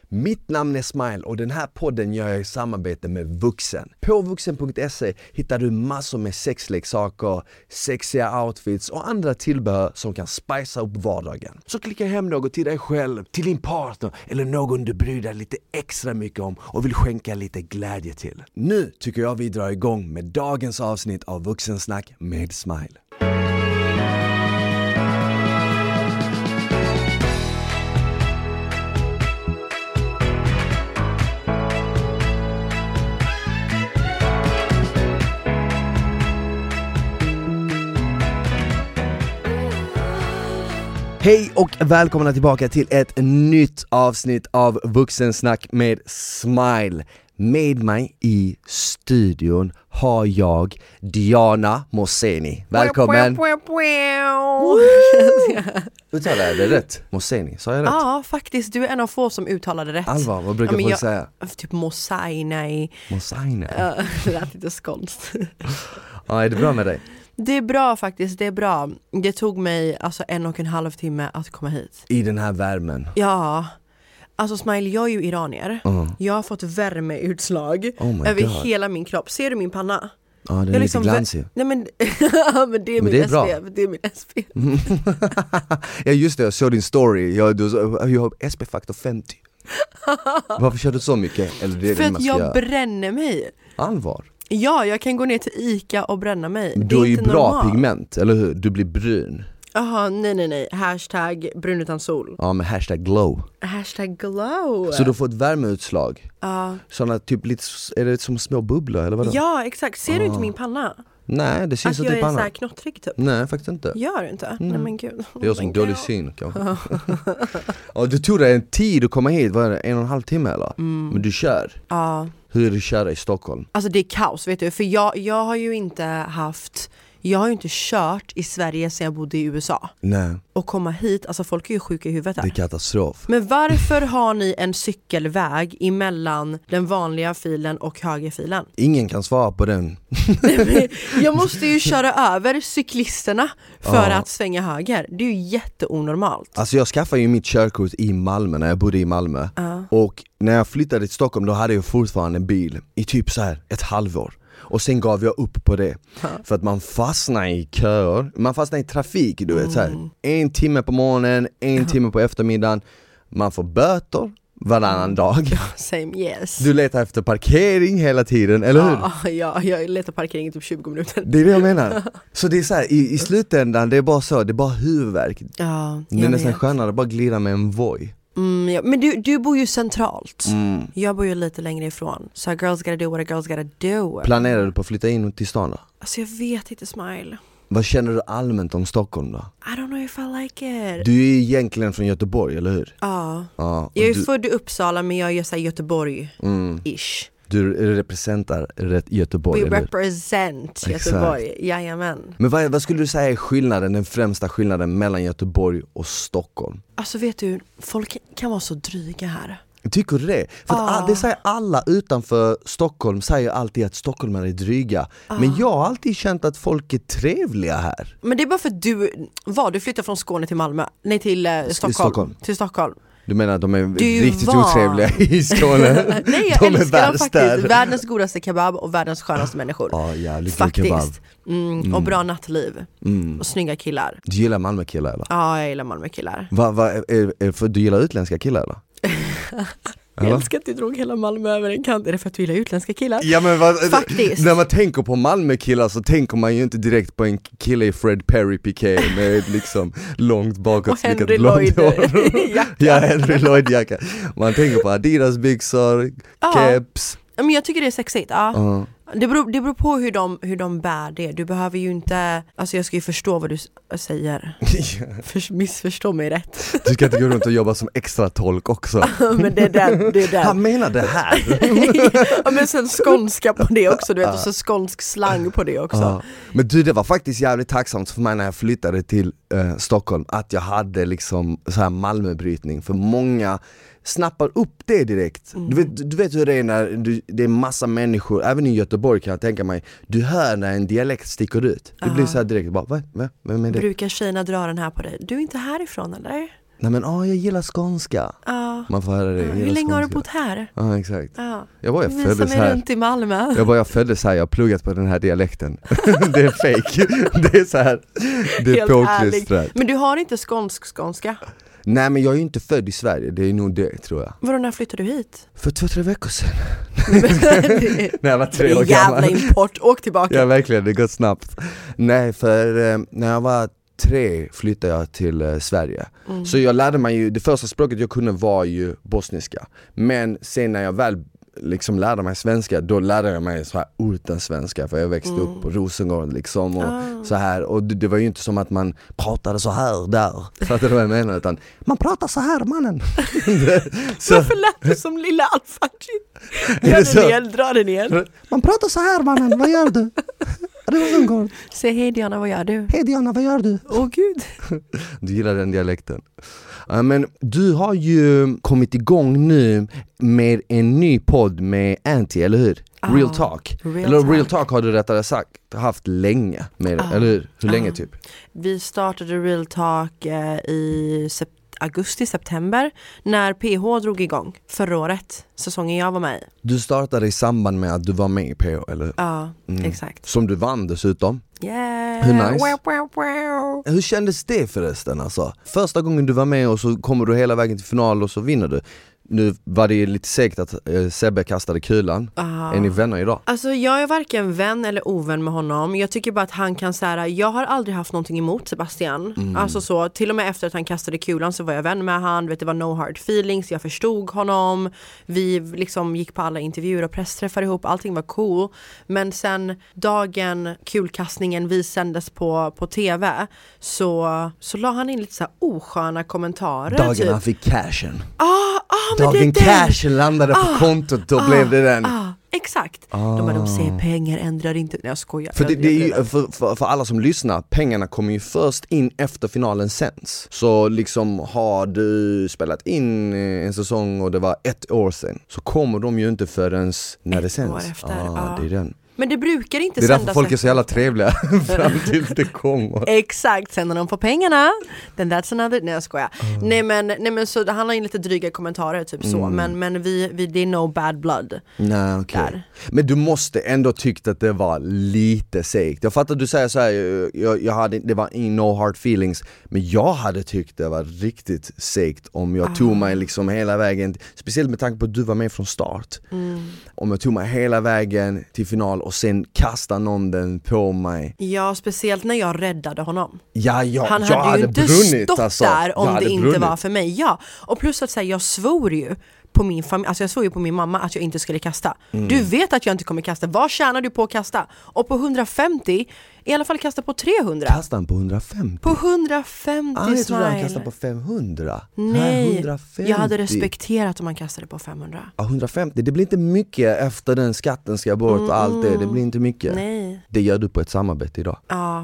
Mitt namn är Smile och den här podden gör jag i samarbete med Vuxen. På vuxen.se hittar du massor med sexleksaker, sexiga outfits och andra tillbehör som kan spicea upp vardagen. Så klicka hem något till dig själv, till din partner eller någon du bryr dig lite extra mycket om och vill skänka lite glädje till. Nu tycker jag vi drar igång med dagens avsnitt av Vuxensnack med Smile. Hej och välkomna tillbaka till ett nytt avsnitt av Vuxensnack med Smile. Med mig i studion har jag Diana Mosseni. Välkommen! Uttalar jag det rätt? Mosseni, sa jag rätt? Ja, faktiskt. Du är en av få som uttalade rätt. Allvar, vad brukar folk säga? Typ Mosseni. Mosseni? Det lät lite skånskt. Ja, är det bra med dig? Det är bra faktiskt, det är bra. Det tog mig alltså 1,5 timme att komma hit. I den här värmen? Ja. Alltså Smile, jag är ju iranier. Jag har fått värmeutslag över hela min kropp. Ser du min panna? Ja, den är lite glansig. Nej men, men det är min SPF. Det är min SPF. Ja just det, jag såg din story. Jag har SPF-faktor 50. Varför kör du så mycket? Eller det är för det att jag bränner mig. Allvar? Ja, jag kan gå ner till Ica och bränna mig. Du har ju bra pigment, eller hur? Du blir brun. Jaha, nej. Hashtag brun utan sol. Ja, men hashtag glow. Hashtag glow. Så du får ett värmeutslag. Ja. Sådana typ lite, är det som små bubblor eller vadå? Ja, exakt. Ser du inte min panna? Nej, det syns inte i pannan. Att jag är så här knottrig typ. Nej, faktiskt inte. Gör du inte? Nej men gud. Det är som dålig syn kanske. Och du tog dig en tid att komma hit, var det 1,5 timme eller? Men du kör. Ja. Hur är det att köra i Stockholm? Alltså det är kaos, vet du. För jag har ju inte kört i Sverige sedan jag bodde i USA. Nej. Och komma hit, alltså folk är ju sjuka i huvudet här. Det är katastrof. Men varför har ni en cykelväg emellan den vanliga filen och högerfilen? Ingen kan svara på den. Jag måste ju köra över cyklisterna för att svänga höger. Det är ju jätteonormalt. Alltså jag skaffade ju mitt körkort i Malmö när jag bodde i Malmö. Och när jag flyttade till Stockholm då hade jag fortfarande en bil i typ så här ett halvår. Och sen gav jag upp på det. För att man fastnar i köer. Man fastnar i trafik, du vet så här. 1 timme på morgonen, 1 timme på eftermiddagen. Man får böter varannan dag. Same, yes. Du letar efter parkering hela tiden, eller hur? Ja, jag letar parkering i typ 20 minuter. Det är det jag menar. Så det är så här, i slutändan, det är bara så, det är bara huvudvärk. Ja, det är nästan skönare att bara glida med en voj. Ja. Men du bor ju centralt. Jag bor ju lite längre ifrån. Så girls gotta do what a girls gotta do. Planerar du på att flytta in till stan då? Alltså jag vet inte, Smile. Vad känner du allmänt om Stockholm då? I don't know if I like it. Du är ju egentligen från Göteborg, eller hur? Ja. Jag är född i Uppsala men jag är så här Göteborg-ish. Du representerar Göteborg, We represent Göteborg, jajamän. Men vad skulle du säga är skillnaden, den främsta skillnaden mellan Göteborg och Stockholm? Alltså vet du, folk kan vara så dryga här. Tycker du det? För att det säger alla utanför Stockholm, säger alltid att stockholmare är dryga. Men jag har alltid känt att folk är trevliga här. Men det är bara för att du flyttar från Skåne till Malmö. Nej, till Stockholm. Till Stockholm. Du menar att de är riktigt otrevliga i Skåne? Nej, jag älskar dem faktiskt. Världens godaste kebab och världens skönaste människor. Ja, faktiskt. Och bra nattliv. Och snygga killar. Du gillar Malmö killar eller? Ja, jag gillar Malmö killar. För du gillar utländska killar eller? Jag älskar att du drog hela Malmö över en kant. Är det för att du gillar utländska killar? Ja, men faktiskt. När man tänker på Malmö killar så tänker man ju inte direkt på en kille i Fred Perry Piqué med liksom långt bakåt slickat blont hår. Ja, Henry Lloyd-jacka. Man tänker på Adidas byxor, keps. Men jag tycker det är sexigt, ja. Det beror på hur de bär det. Du behöver ju inte... Alltså jag ska ju förstå vad du säger. Missförstå mig rätt. Du ska inte gå runt och jobba som extra tolk också. Men det är den. Han menar det här. Ja, men sen skånska på det också, du vet. Och så skånsk slang på det också. Men du, det var faktiskt jävligt tacksamt för mig när jag flyttade till Stockholm. Att jag hade liksom så här Malmöbrytning. För många snappar upp det direkt. Du vet hur det är när det är massa människor, även i Göteborg kan jag tänka mig, du hör när en dialekt sticker ut. Det blir så här direkt, bara, vem är det? Brukar tjejerna dra den här på dig? Du är inte härifrån eller? Nej men jag gillar skånska. Man får höra det. Hur länge har du bott här? Ja, exakt. Jag föddes här. Runt i Malmö. Jag föddes här, jag har pluggat på den här dialekten. Det är fake. Det är så här. Det är påklistrat. Men du har inte skånska? Nej, men jag är ju inte född i Sverige, det är nog det, tror jag. Vadå, när flyttade du hit? För 2-3 veckor sedan. När jag var 3 år gammal. Jävla import, åk tillbaka. Ja, verkligen, det går snabbt. Nej, för när jag var 3 flyttade jag till Sverige. Så jag lärde mig ju, det första språket jag kunde var ju bosniska. Men sen när jag väl liksom lärde mig svenska, då lärde jag mig så här utan svenska, för jag växte upp på Rosengård liksom och så här, och det var ju inte som att man pratade så här där, fattar du vad jag menar, utan man pratar så här, mannen. Varför lät du som lilla Alfred? Dra det ner. Man pratar så här, mannen, vad gör du? Rosengård. Säg hej Diana, vad gör du? Hej Diana, vad gör du? Åh gud. Du gillar den dialekten. Men du har ju kommit igång nu med en ny podd med Anty, eller hur? Real Talk. Real Talk har du rättare sagt haft länge med, eller hur? Hur länge typ? Vi startade Real Talk i augusti-september när PH drog igång förra året, säsongen jag var med i. Du startade i samband med att du var med i PH, eller? Ja, exakt. Som du vann dessutom. Yeah. Hur nice? Hur kändes det förresten alltså? Första gången du var med och så kommer du hela vägen till final och så vinner du. Nu var det lite segt att Sebbe kastade kulan. Är ni vänner idag? Alltså jag är varken vän eller ovän med honom. Jag tycker bara att han kan säga, jag har aldrig haft någonting emot Sebastian. Alltså så, till och med efter att han kastade kulan så var jag vän med han. Det var no hard feelings, jag förstod honom. Vi liksom gick på alla intervjuer och pressträffar ihop. Allting var cool. Men sen dagen kulkastningen vi sändes på tv så la han in lite så här osköna kommentarer. Dagen han fick cashen. Dagen cashen landade på kontot, då blev det den. Exakt. De säger pengar ändrar inte. Nej, jag skojar. För det är ju, för alla som lyssnar, pengarna kommer ju först in efter finalen sänds. Så liksom har du spelat in en säsong och det var 1 år sedan, så kommer de ju inte förrän när det sänds. År efter. Det är den. Men det brukar inte sändas. Det är sändas. därför folk är så jävla trevliga fram till det kommer. Exakt, sen när de får pengarna, then that's another. Nej, jag skojar. Nej men så det handlar ju lite dryga kommentarer typ så. Men vi det är no bad blood. Nej, okay. Men du måste ändå tyckt att det var lite segt. Jag fattar att du säger så här, det var no hard feelings, men jag hade tyckt det var riktigt segt om jag tog mig liksom hela vägen, speciellt med tanke på att du var med från start. Om jag tog mig hela vägen till final och sen kastar någon den på mig. Ja, speciellt när jag räddade honom. Han hade ju inte stått där om det inte var för mig. Ja, och plus att säga, jag svor ju på min familj, alltså jag svor ju på min mamma att jag inte skulle kasta. Du vet att jag inte kommer kasta. Vad tjänar du på att kasta? Och på 150, i alla fall kasta på 300. Kastar han på 150? På 150, jag trodde han kastade på 500. Nej, 150. Jag hade respekterat om man kastade på 500. 150, det blir inte mycket efter den skatten ska bort och allt det. Det blir inte mycket. Nej. Det gör du på ett samarbete idag. Ja.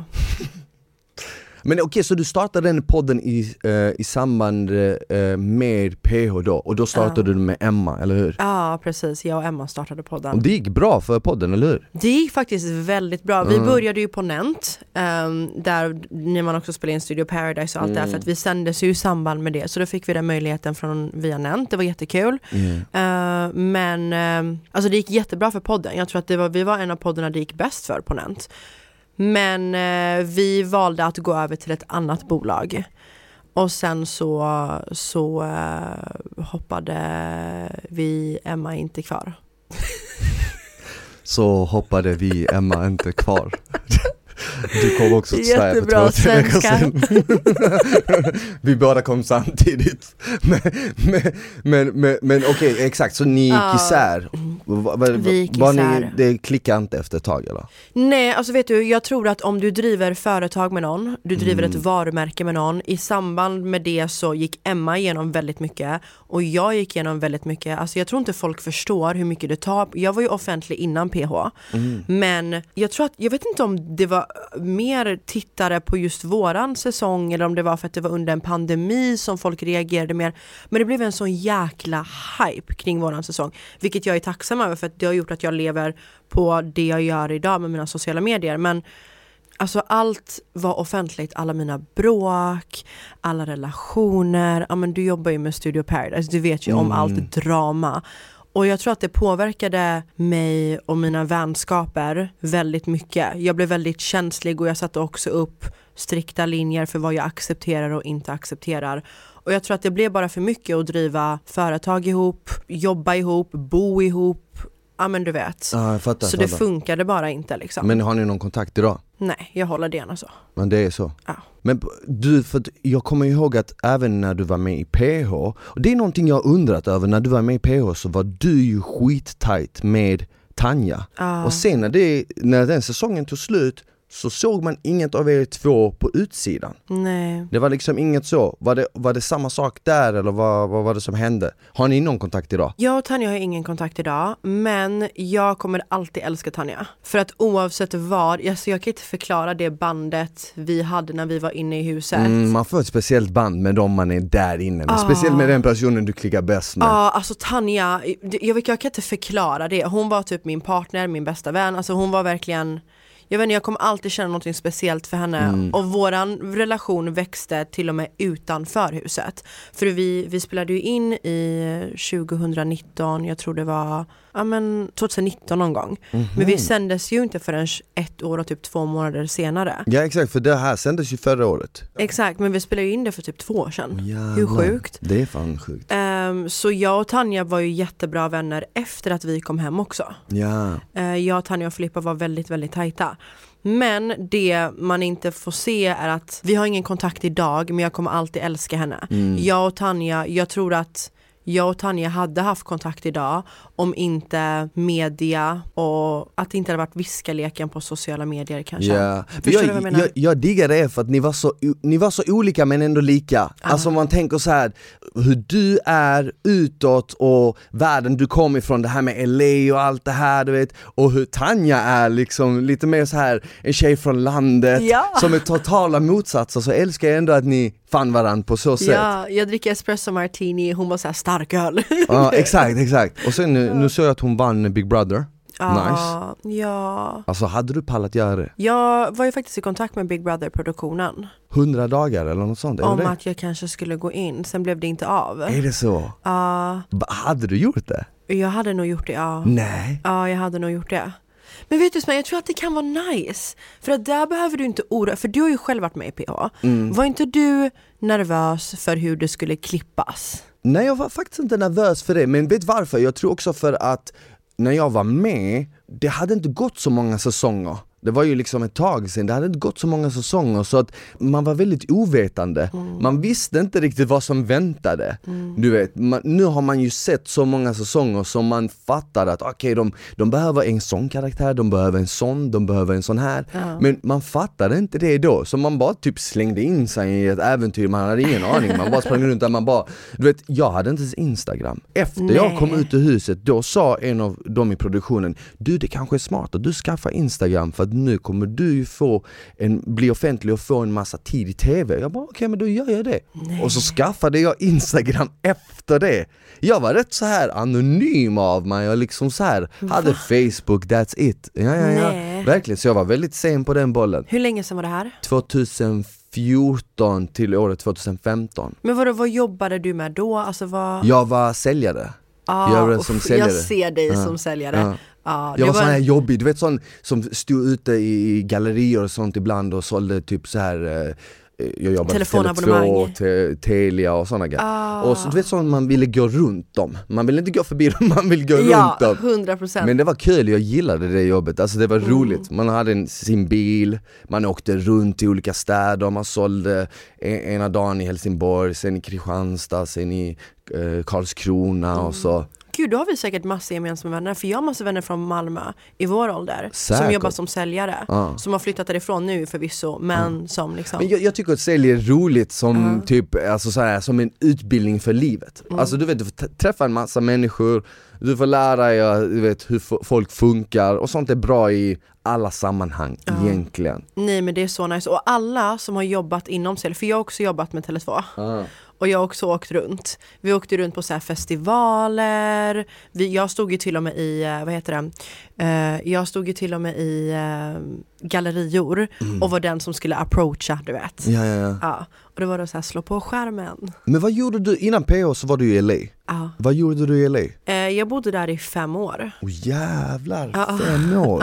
Men okej, så du startade den podden i samband med PH då, och då startade du med Emma, eller hur? Ja, precis. Jag och Emma startade podden. Och det gick bra för podden, eller hur? Det gick faktiskt väldigt bra. Vi började ju på Nent, där när man också spelade in Studio Paradise och allt det, för att vi sändes ju i samband med det. Så då fick vi den möjligheten via Nent. Det var jättekul. Men alltså det gick jättebra för podden. Jag tror att vi var en av poddarna det gick bäst för på Nent. Men vi valde att gå över till ett annat bolag. Och sen så hoppade vi Emma inte kvar. Så hoppade vi Emma inte kvar. Du kom också till Sverige för 2 veckor sedan. Vi båda kom samtidigt. Men okej, exakt. Så ni gick isär. Vi gick isär. Det klickade inte efter ett tag, eller? Nej, alltså vet du, jag tror att om du driver företag med någon, du driver ett varumärke med någon, i samband med det så gick Emma igenom väldigt mycket och jag gick igenom väldigt mycket. Alltså jag tror inte folk förstår hur mycket det tar. Jag var ju offentlig innan PH. Men jag vet inte om det var mer tittare på just våran säsong eller om det var för att det var under en pandemi som folk reagerade mer. Men det blev en sån jäkla hype kring våran säsong, vilket jag är tacksam över, för att det har gjort att jag lever på det jag gör idag med mina sociala medier. Men Alltså allt var offentligt, alla mina bråk, alla relationer. Ja, men du jobbar ju med Studio Paradise, du vet ju om allt drama. Och jag tror att det påverkade mig och mina vänskaper väldigt mycket. Jag blev väldigt känslig och jag satte också upp strikta linjer för vad jag accepterar och inte accepterar. Och jag tror att det blev bara för mycket att driva företag ihop, jobba ihop, bo ihop. Ja, men du vet. Ja, jag fattar, så det funkade bara inte liksom. Men har ni någon kontakt idag? Nej, jag håller det gärna så. Men det är så? Ja. Men du, för jag kommer ihåg att även när du var med i PH, och det är någonting jag undrat över, när du var med i PH så var du ju skittajt med Tanja. Och sen när den säsongen tog slut så såg man inget av er två på utsidan. Nej. Det var liksom inget så. Var det samma sak där eller vad var det som hände? Har ni någon kontakt idag? Jag och Tanja har ingen kontakt idag, men jag kommer alltid älska Tanja. För att oavsett vad, jag kan inte förklara det bandet vi hade när vi var inne i huset. Man får ett speciellt band med dem man är där inne. Speciellt med den personen du klickar bäst med. Ja, alltså Tanja, jag kan inte förklara det. Hon var typ min partner, min bästa vän. Alltså hon var verkligen... Jag kommer alltid känna något speciellt för henne. Och våran relation växte till och med utanför huset. För vi spelade ju in i 2019, jag tror det var 2019 någon gång. Men vi sändes ju inte förrän 1 år och typ 2 månader senare. Ja, exakt, för det här sändes ju förra året. Exakt, men vi spelade ju in det för typ 2 år sedan. Jävlar. Hur sjukt? Det är fan sjukt. Så jag och Tanja var ju jättebra vänner efter att vi kom hem också. Ja. Jag, Tanja och Filippa var väldigt, väldigt tajta. Men det man inte får se är att vi har ingen kontakt idag, men jag kommer alltid älska henne. Jag och Tanja, jag tror att jag och Tanja hade haft kontakt idag om inte media och att det inte hade varit viskaleken på sociala medier kanske. Yeah. Förstår du vad jag menar? Jag diggar det för att ni var så olika men ändå lika. Alltså man tänker så här, hur du är utåt och världen du kom ifrån, det här med LA och allt det här, du vet, och hur Tanja är liksom lite mer så här en tjej från landet som är totala motsatser, så älskar jag ändå att ni fann varandra på så sätt. Ja, jag dricker espresso martini, hon var så här stark öl. Ja, exakt. Och sen nu såg jag att hon vann Big Brother. Nice. Ja. Alltså hade du pallat göra det? Jag var ju faktiskt i kontakt med Big Brother-produktionen. 100 dagar eller något sånt? Om att jag kanske skulle gå in, sen blev det inte av. Är det så? Ja. Hade du gjort det? Jag hade nog gjort det, ja. Nej. Ja, jag hade nog gjort det. Men vet du, jag tror att det kan vara nice. För att där behöver du inte oroa. För du har ju själv varit med i PH. Var inte du nervös för hur det skulle klippas? Nej, jag var faktiskt inte nervös för det. Men vet varför? Jag tror också för att när jag var med, det hade inte gått så många säsonger. Det var ju liksom ett tag sedan, det hade inte gått så många säsonger, så att man var väldigt ovetande. Man visste inte riktigt vad som väntade. Du vet, nu har man ju sett så många säsonger som man fattar att okej, de behöver en sån karaktär, de behöver en sån, de behöver en sån här. Men man fattade inte det då, så man bara typ slängde in sig i ett äventyr, man hade ingen aning, man bara sprang runt där, man bara, du vet, jag hade inte ens Instagram. Efter jag kom ut ur huset, då sa en av dem i produktionen, du, det kanske är smart att du skaffar Instagram, för att nu kommer du ju bli offentlig och få en massa tid i tv. Jag bara, okej, men då gör jag det. Nej. Och så skaffade jag Instagram efter det. Jag var rätt så här anonym av mig och liksom så här hade Facebook, that's it. Ja. Verkligen, så jag var väldigt sen på den bollen. Hur länge sedan var det här? 2014 till året 2015. Men vad jobbade du med då? Alltså, Jag var säljare. Jag ser dig som säljare. Jag var sån här jobbig, du vet, sån som stod ute i gallerier och sånt ibland och sålde typ så här. Jag jobbade på Tele2, Telia och såna grejer. Och så, du vet, sån man ville gå runt dem. Man ville inte gå förbi dem, man ville gå runt dem. 100%. Men det var kul, jag gillade det jobbet. Alltså det var roligt. Man hade sin bil, man åkte runt i olika städer, man sålde ena dagen i Helsingborg, sen i Kristianstad, sen i Karlskrona och så. Gud, då har vi säkert massa gemensamma vänner. För jag har massa vänner från Malmö i vår ålder. Säkert. Som jobbar som säljare. Som har flyttat därifrån nu förvisso. Men som liksom... Men jag tycker att sälj är roligt som typ, alltså så här, som en utbildning för livet. Alltså du vet, du får träffa en massa människor. Du får lära dig, du vet, hur folk funkar. Och sånt är bra i alla sammanhang egentligen. Nej, men det är så nice. Och alla som har jobbat inom sälj, för jag har också jobbat med Tele2. Och jag också åkt runt. Vi åkte runt på så här festivaler. Jag stod ju till och med i, jag stod ju till och med i gallerior och var den som skulle approacha, du vet. Ja. Och det var då så här, slå på skärmen. Men vad gjorde du innan PH? Så var du i LA. Ja. Vad gjorde du i LA? Jag bodde där i 5 år. Jävlar, 5 år.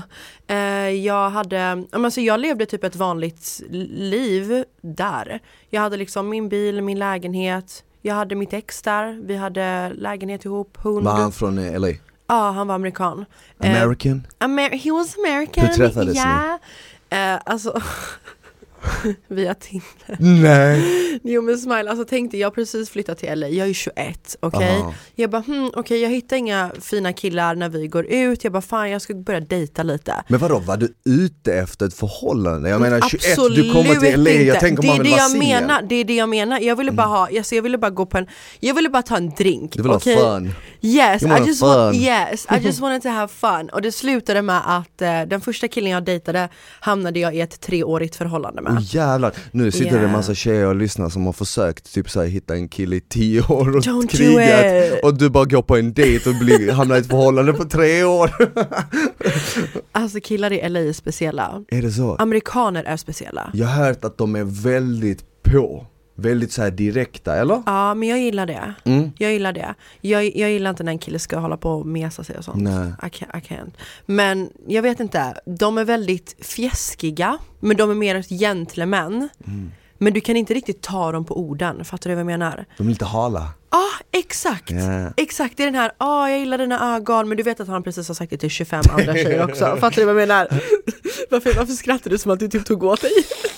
Jag levde typ ett vanligt liv där. Jag hade liksom min bil, min lägenhet. Jag hade mitt ex där. Vi hade lägenhet ihop, hund. Var han från LA? Ja, han var amerikan. American? He was American. Hur träffades ni? Via Tinder. Nej. Jo men smile, alltså tänkte jag precis flyttat till LA. Jag är 21, okej? Jag bara, jag hittar inga fina killar när vi går ut. Jag bara, fan jag ska börja dejta lite. Men vadå, var du ute efter ett förhållande? Jag menar 21, absolut du kommer till LA. Jag tänker man vill vara singel. Det är det jag menar. Jag ville bara jag ville bara gå på jag ville bara ta en drink. Du vill ha fun. Yes, I just wanted to have fun. Och det slutade med att den första killen jag dejtade hamnade jag i ett 3-årigt förhållande med. Jävlar, nu sitter det en massa tjejer och lyssnar som har försökt typ så här, hitta en kille i 10 år och Don't krigat och du bara går på en dejt och hamnar i ett förhållande på 3 år. Alltså killar i LA är speciella. Är det så? Amerikaner är speciella. Jag har hört att de är väldigt väldigt så här direkta, eller? Ja, men jag gillar det. Jag gillar det. Jag gillar inte när en kille ska hålla på och mesa sig och sånt. Nej. I can't. Men jag vet inte, de är väldigt fjäskiga, men de är mer gentlemän. Men du kan inte riktigt ta dem på orden, fattar du vad jag menar? De är lite hala. Exakt. Yeah. Exakt, det är den här, jag gillar dina ögon, men du vet att han precis har sagt det till 25 andra tjejer också. Fattar du vad jag menar? Varför skrattar du som att du typ tog åt dig?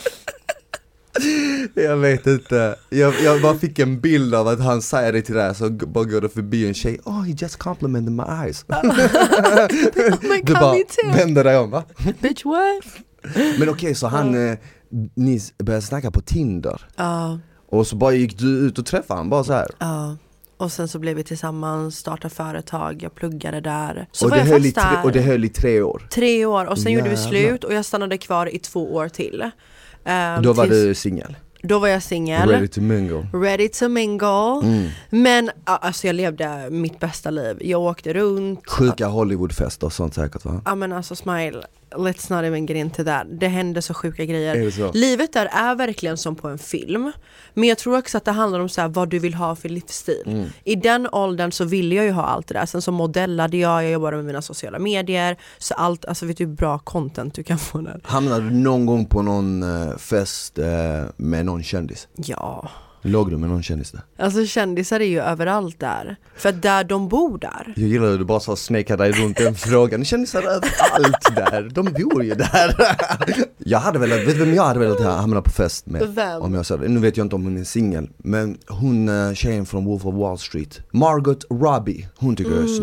Jag vet inte. Jag bara fick en bild av att han säger det till dig, så bara går det förbi en tjej. He just complimented my eyes. Du bara vänder dig om, va? Bitch, what? Men okej, så ni började snacka på Tinder. Ja. Och så bara gick du ut och träffade han, bara så här. Ja. Och sen så blev vi tillsammans, startade företag, jag pluggade där. Så och var det jag fast där. Och det höll i 3 år. 3 år, och sen gjorde vi slut och jag stannade kvar i 2 år till. Då var du singel? Då var jag singel. Ready to mingle. Men alltså jag levde mitt bästa liv. Jag åkte runt. Sjuka Hollywoodfester och sånt säkert, va? Ja men alltså smile, let's not even get into that. Det hände så sjuka grejer. Är det så? Livet där är verkligen som på en film. Men jag tror också att det handlar om så här, vad du vill ha för livsstil. I den åldern så ville jag ju ha allt det där. Sen så modellade jag jobbade med mina sociala medier. Så allt, alltså vet du hur bra content du kan få där. Hamnade du någon gång på någon fest med någon kändis? Ja. Låg du med någon kändis där? Alltså kändisar är ju överallt där. För att där de bor där. Jag gillar att du bara så snäckar dig runt den frågan. Kändisar överallt där. De bor ju där. Jag hade velat hamna på fest med. Vem? Om jag sa det. Nu vet jag inte om hon är singel. Men hon tjejen från Wolf of Wall Street. Margot Robbie. Hon tycker jag är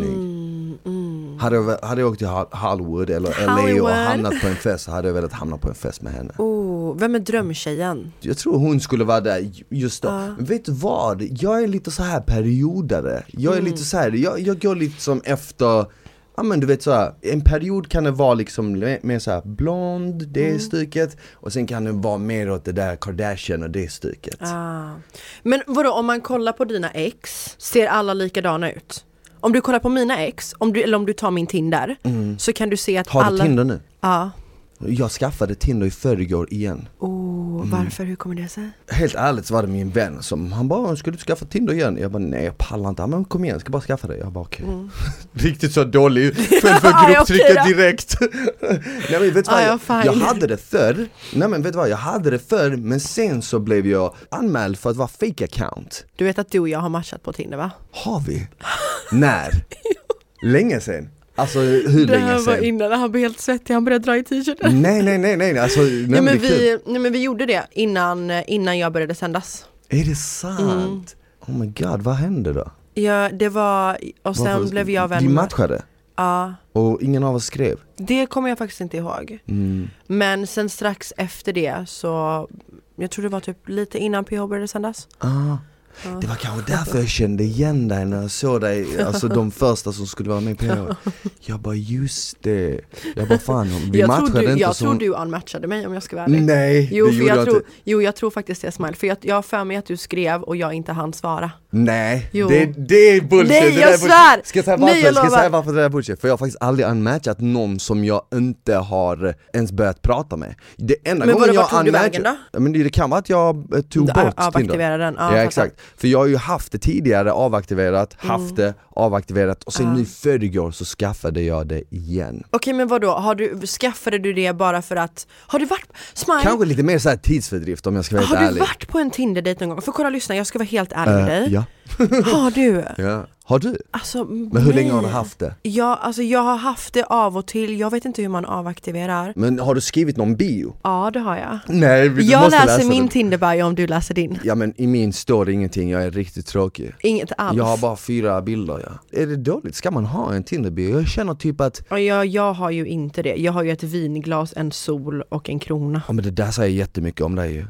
snygg. Hade jag åkt till Hollywood eller LA och hamnat på en fest, så hade jag velat hamna på en fest med henne. Vem är drömtjejen? Jag tror hon skulle vara där just då. Men vet du vad? Jag är lite så här periodare. Jag är lite så här, jag går lite som efter, ja men du vet så här, en period kan det vara liksom mer så här blond, det är stycket, och sen kan det vara mer åt det där Kardashian och det stycket. Men vadå, om man kollar på dina ex, ser alla likadana ut? Om du kollar på mina ex, eller om du tar min Tinder, så kan du se att har du Tinder nu? Ja. Jag skaffade Tinder i förrgår igen. Varför? Hur kommer det sig? Helt ärligt så var det min vän som, han bara, skulle du skaffa Tinder igen? Jag bara, nej jag pallar inte. Men kom igen, jag ska bara skaffa det. Jag bara, okej. Riktigt så dålig för grupptrycket direkt. Nej men vet du vad, jag hade det förr. Nej men vet du vad, jag hade det förr. Men sen så blev jag anmäld för att vara fake account. Du vet att du och jag har matchat på Tinder, va? Har vi? När? Länge sen. Alltså hur länge sedan? Var innan han blev helt svettig, han började dra i t-shirten. Nej. Alltså, men vi gjorde det innan jag började sändas. Är det sant? Oh my god, vad hände då? Ja, det var, och sen blev jag vän. Vi matchade? Ja. Och ingen av oss skrev? Det kommer jag faktiskt inte ihåg. Men sen strax efter det så, jag tror det var typ lite innan PH började sändas. Det var kanske därför jag kände igen dig när jag såg dig, alltså de första som skulle vara med på. Jag bara, just det. Jag bara, fan, vi matchade inte. Jag tror du unmatchade mig om jag ska vara ärlig. Nej, jag tror faktiskt det är Smile. För jag har för mig att du skrev och jag inte hann svara. Nej, det är bullshit. Nej, jag svär! Ska jag säga varför det är bullshit? För jag har faktiskt aldrig unmatchat någon som jag inte har ens börjat prata med. Det enda men gången vart tog du vägen då? Men det kan vara att jag tog bort Tinder. Avaktiverade den. Ja, exakt. För jag har ju haft det tidigare avaktiverat, haft det avaktiverat och sen nu förrgår så skaffade jag det igen. Okej, men vadå? Skaffade du det bara för att... Har du varit... Smile? Kanske lite mer så här tidsfördrift om jag ska vara helt ärlig. Har du varit på en Tinder-date någon gång? För kolla, lyssna, jag ska vara helt ärlig med dig. Ja. Har du? Ja. Har du? Alltså, men hur länge har du haft det? Ja, alltså jag har haft det av och till. Jag vet inte hur man avaktiverar. Men har du skrivit någon bio? Ja, det har jag. Nej, du jag måste läser min Tinder-bio om du läser din. Ja, men i min står det ingenting. Jag är riktigt tråkig. Inget alls. Jag har bara 4 bilder, ja. Är det dåligt? Ska man ha en Tinder-bio? Jag känner typ att... Ja, jag har ju inte det. Jag har ju ett vinglas, en sol och en krona. Ja, men det där säger jättemycket om dig ju.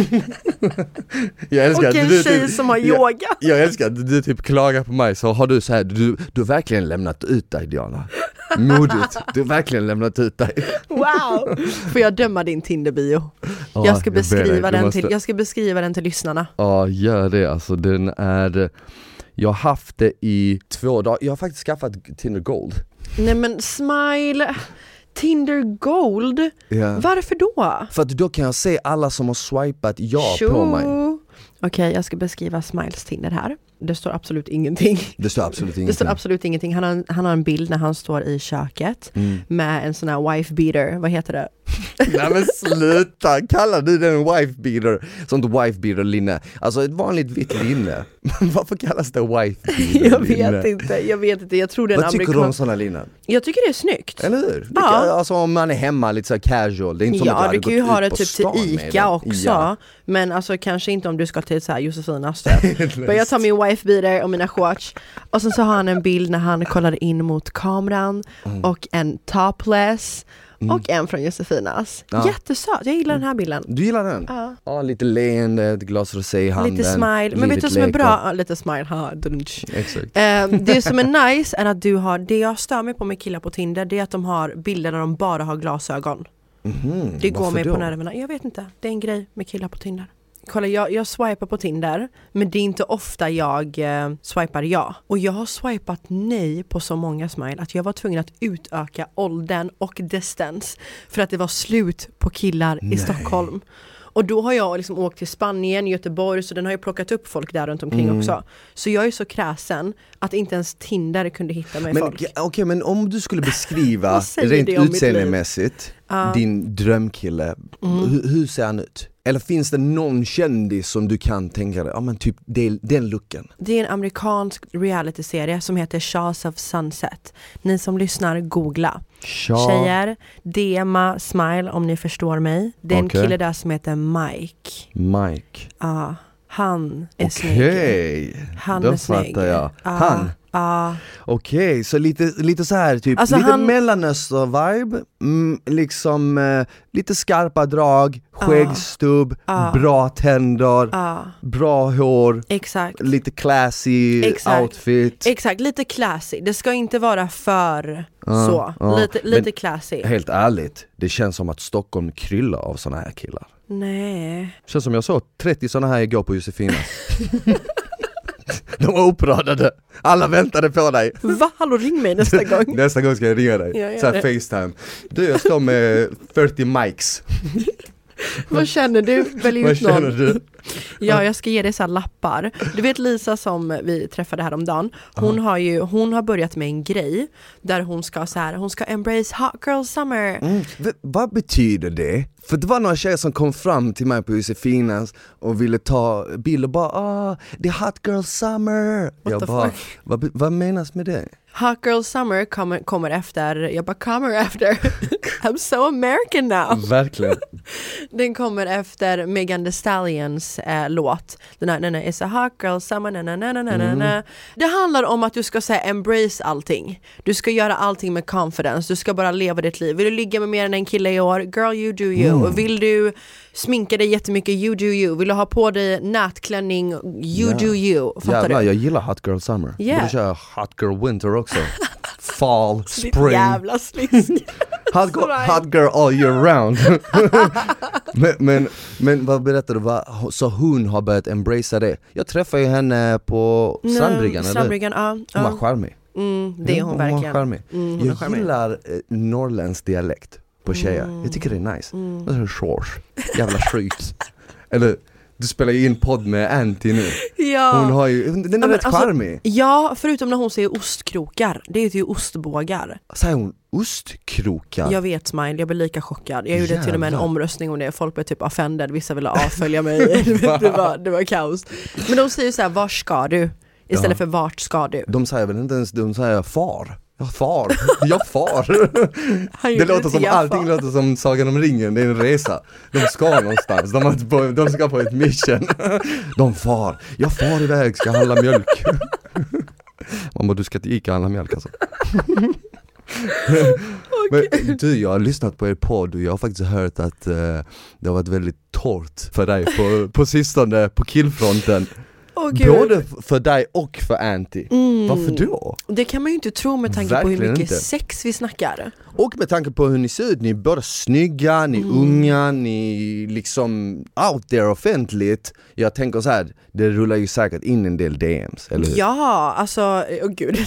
Jag älskar och en tjej som har yoga. Jag älskar att du typ klagar på mig. Så har du så här, du har verkligen lämnat ut dig, Diana. Modigt, du har verkligen lämnat ut dig. Wow, får jag döma din Tinder-bio? Ja, jag ska beskriva den till lyssnarna. Ja, gör det. Alltså den är... Jag har haft det i 2 dagar. Jag har faktiskt skaffat Tinder Gold. Nej men Smile... Tinder Gold? Yeah. Varför då? För att då kan jag se alla som har swipat på mig. Okej, jag ska beskriva Smiles Tinder här. Det står absolut ingenting. Det står absolut ingenting. Han har en bild när han står i köket med en sån här wife beater. Vad heter det? Nej men sluta, kallar du den wife beater? Sånt wife beater linne. Alltså ett vanligt vitt linne. Varför kallas det wife beater? Jag vet inte. Jag tror det är vad tycker du om såna linnen? Jag tycker det är snyggt. Eller hur? Ja. Alltså om man är hemma lite så här casual. Det är inte som att du kan ju ha det typ till Ica också. Ja. Men alltså kanske inte om du ska till så här Josefinas. Men jag tar min wife beater och mina shorts. Och sen så har han en bild när han kollar in mot kameran. Och en topless. Och en från Josefinas. Ja. Jättesöt, jag gillar den här bilden. Du gillar den? Ja. Ja, lite leende, ett glas rosé i handen. Lite smile, men vet du som är bra? Lite smile, exakt. Det som är nice är att du har, det jag stör mig på med killar på Tinder, det är att de har bilder där de bara har glasögon. Det går mig på nerverna. Jag vet inte, det är en grej med killar på Tinder. Kolla, jag swipar på Tinder, men det är inte ofta jag swipar ja. Och jag har swipat nej på så många Smile att jag var tvungen att utöka åldern och distans för att det var slut på killar i Stockholm. Och då har jag liksom åkt till Spanien, Göteborg, så den har ju plockat upp folk där runt omkring också. Så jag är så kräsen att inte ens Tinder kunde hitta mig folk. Okej, men om du skulle beskriva rent utseendemässigt din drömkille, hur ser han ut? Eller finns det någon kändis som du kan tänka dig, ja men typ den looken? Det är en amerikansk realityserie som heter Shahs of Sunset. Ni som lyssnar, googla. Tjejer, DMa Smile om ni förstår mig. Det är en kille där som heter Mike. Ja, han är snygg. Han är snygg. Jag. Han? Okej, så lite så här typ, alltså lite Mellanöster-vibe, liksom lite skarpa drag, skäggstubb, bra tänder, bra hår, exakt. Lite classy outfit. Exakt, lite classy. Det ska inte vara för lite classy. Helt ärligt, det känns som att Stockholm kryllar av såna här killar. Nej. Känns som jag såg 30 såna här igår på Josefinas. De var uppradade. Alla väntade på dig. Va? Hallå, ring mig nästa gång. Nästa gång ska jag ringa dig. Så här FaceTime. Jag står med 40 mics. Vad känner du? Välj ut Vad känner du? Ja, jag ska ge dig så här lappar. Du vet Lisa som vi träffade häromdagen. Hon har börjat med en grej där hon ska embrace hot girl summer. Vad betyder det? För det var några tjejer som kom fram till mig på Josefinas och ville ta bilder och bara, det är hot girl summer. Jag bara, vad menas med det? Hot girl summer kommer efter. Jag bara, kommer efter. I'm so American now. Verkligen. Den kommer efter Megan Thee Stallions Killers låt. Den här It's a hot girl summer. Det handlar om att du ska säga embrace allting. Du ska göra allting med confidence. Du ska bara leva ditt liv. Vill du ligga med mer än en kille i år? Girl, you do you. Och vill du sminka dig jättemycket? You do you. Vill du ha på dig nätklänning? You do you. Fattar du? Jag gillar hot girl summer. Yeah. Du kör hot girl winter också. Fall, spring. Jävla slisk. Hot girl all year round. men vad berättar du? Så hon har börjat embracea det. Jag träffade ju henne på Strandbryggan. Strandbryggan, ja. Hon var charmig. Det är hon verkligen. Charmig. Jag gillar norrländsk dialekt på tjejer. Jag tycker det är nice. Det är short. Jävla skit. Eller... Du spelar ju in podd med Anty nu. Ja. Hon har ju, den är rätt charmig. Ja, förutom när hon säger ostkrokar. Det är ju ostbågar. Säger hon ostkrokar? Jag vet, Smile, jag blir lika chockad. Jag gjorde till och med en omröstning om det. Folk blev typ offended. Vissa ville avfölja mig. det var kaos. Men de säger så här, var ska du? Istället för vart ska du? De säger väl inte ens, de säger far. Jag far. Det låter som allting låter som Sagan om ringen. Det är en resa. De ska någonstans. De ska på ett mission. De far. Jag far iväg, ska handla mjölk. Mamma, du ska inte Ica handla mjölk alltså. Men du, jag har lyssnat på er podd och jag har faktiskt hört att det har varit väldigt torrt för dig på sistone på killfronten. Både för dig och för Anty. Varför då? Det kan man ju inte tro med tanke på hur mycket sex vi snackar. Och med tanke på hur ni ser ut. Ni är båda snygga, ni är unga, ni liksom out there offentligt. Jag tänker så här, det rullar ju säkert in en del DMs, eller hur? Ja, alltså, gud,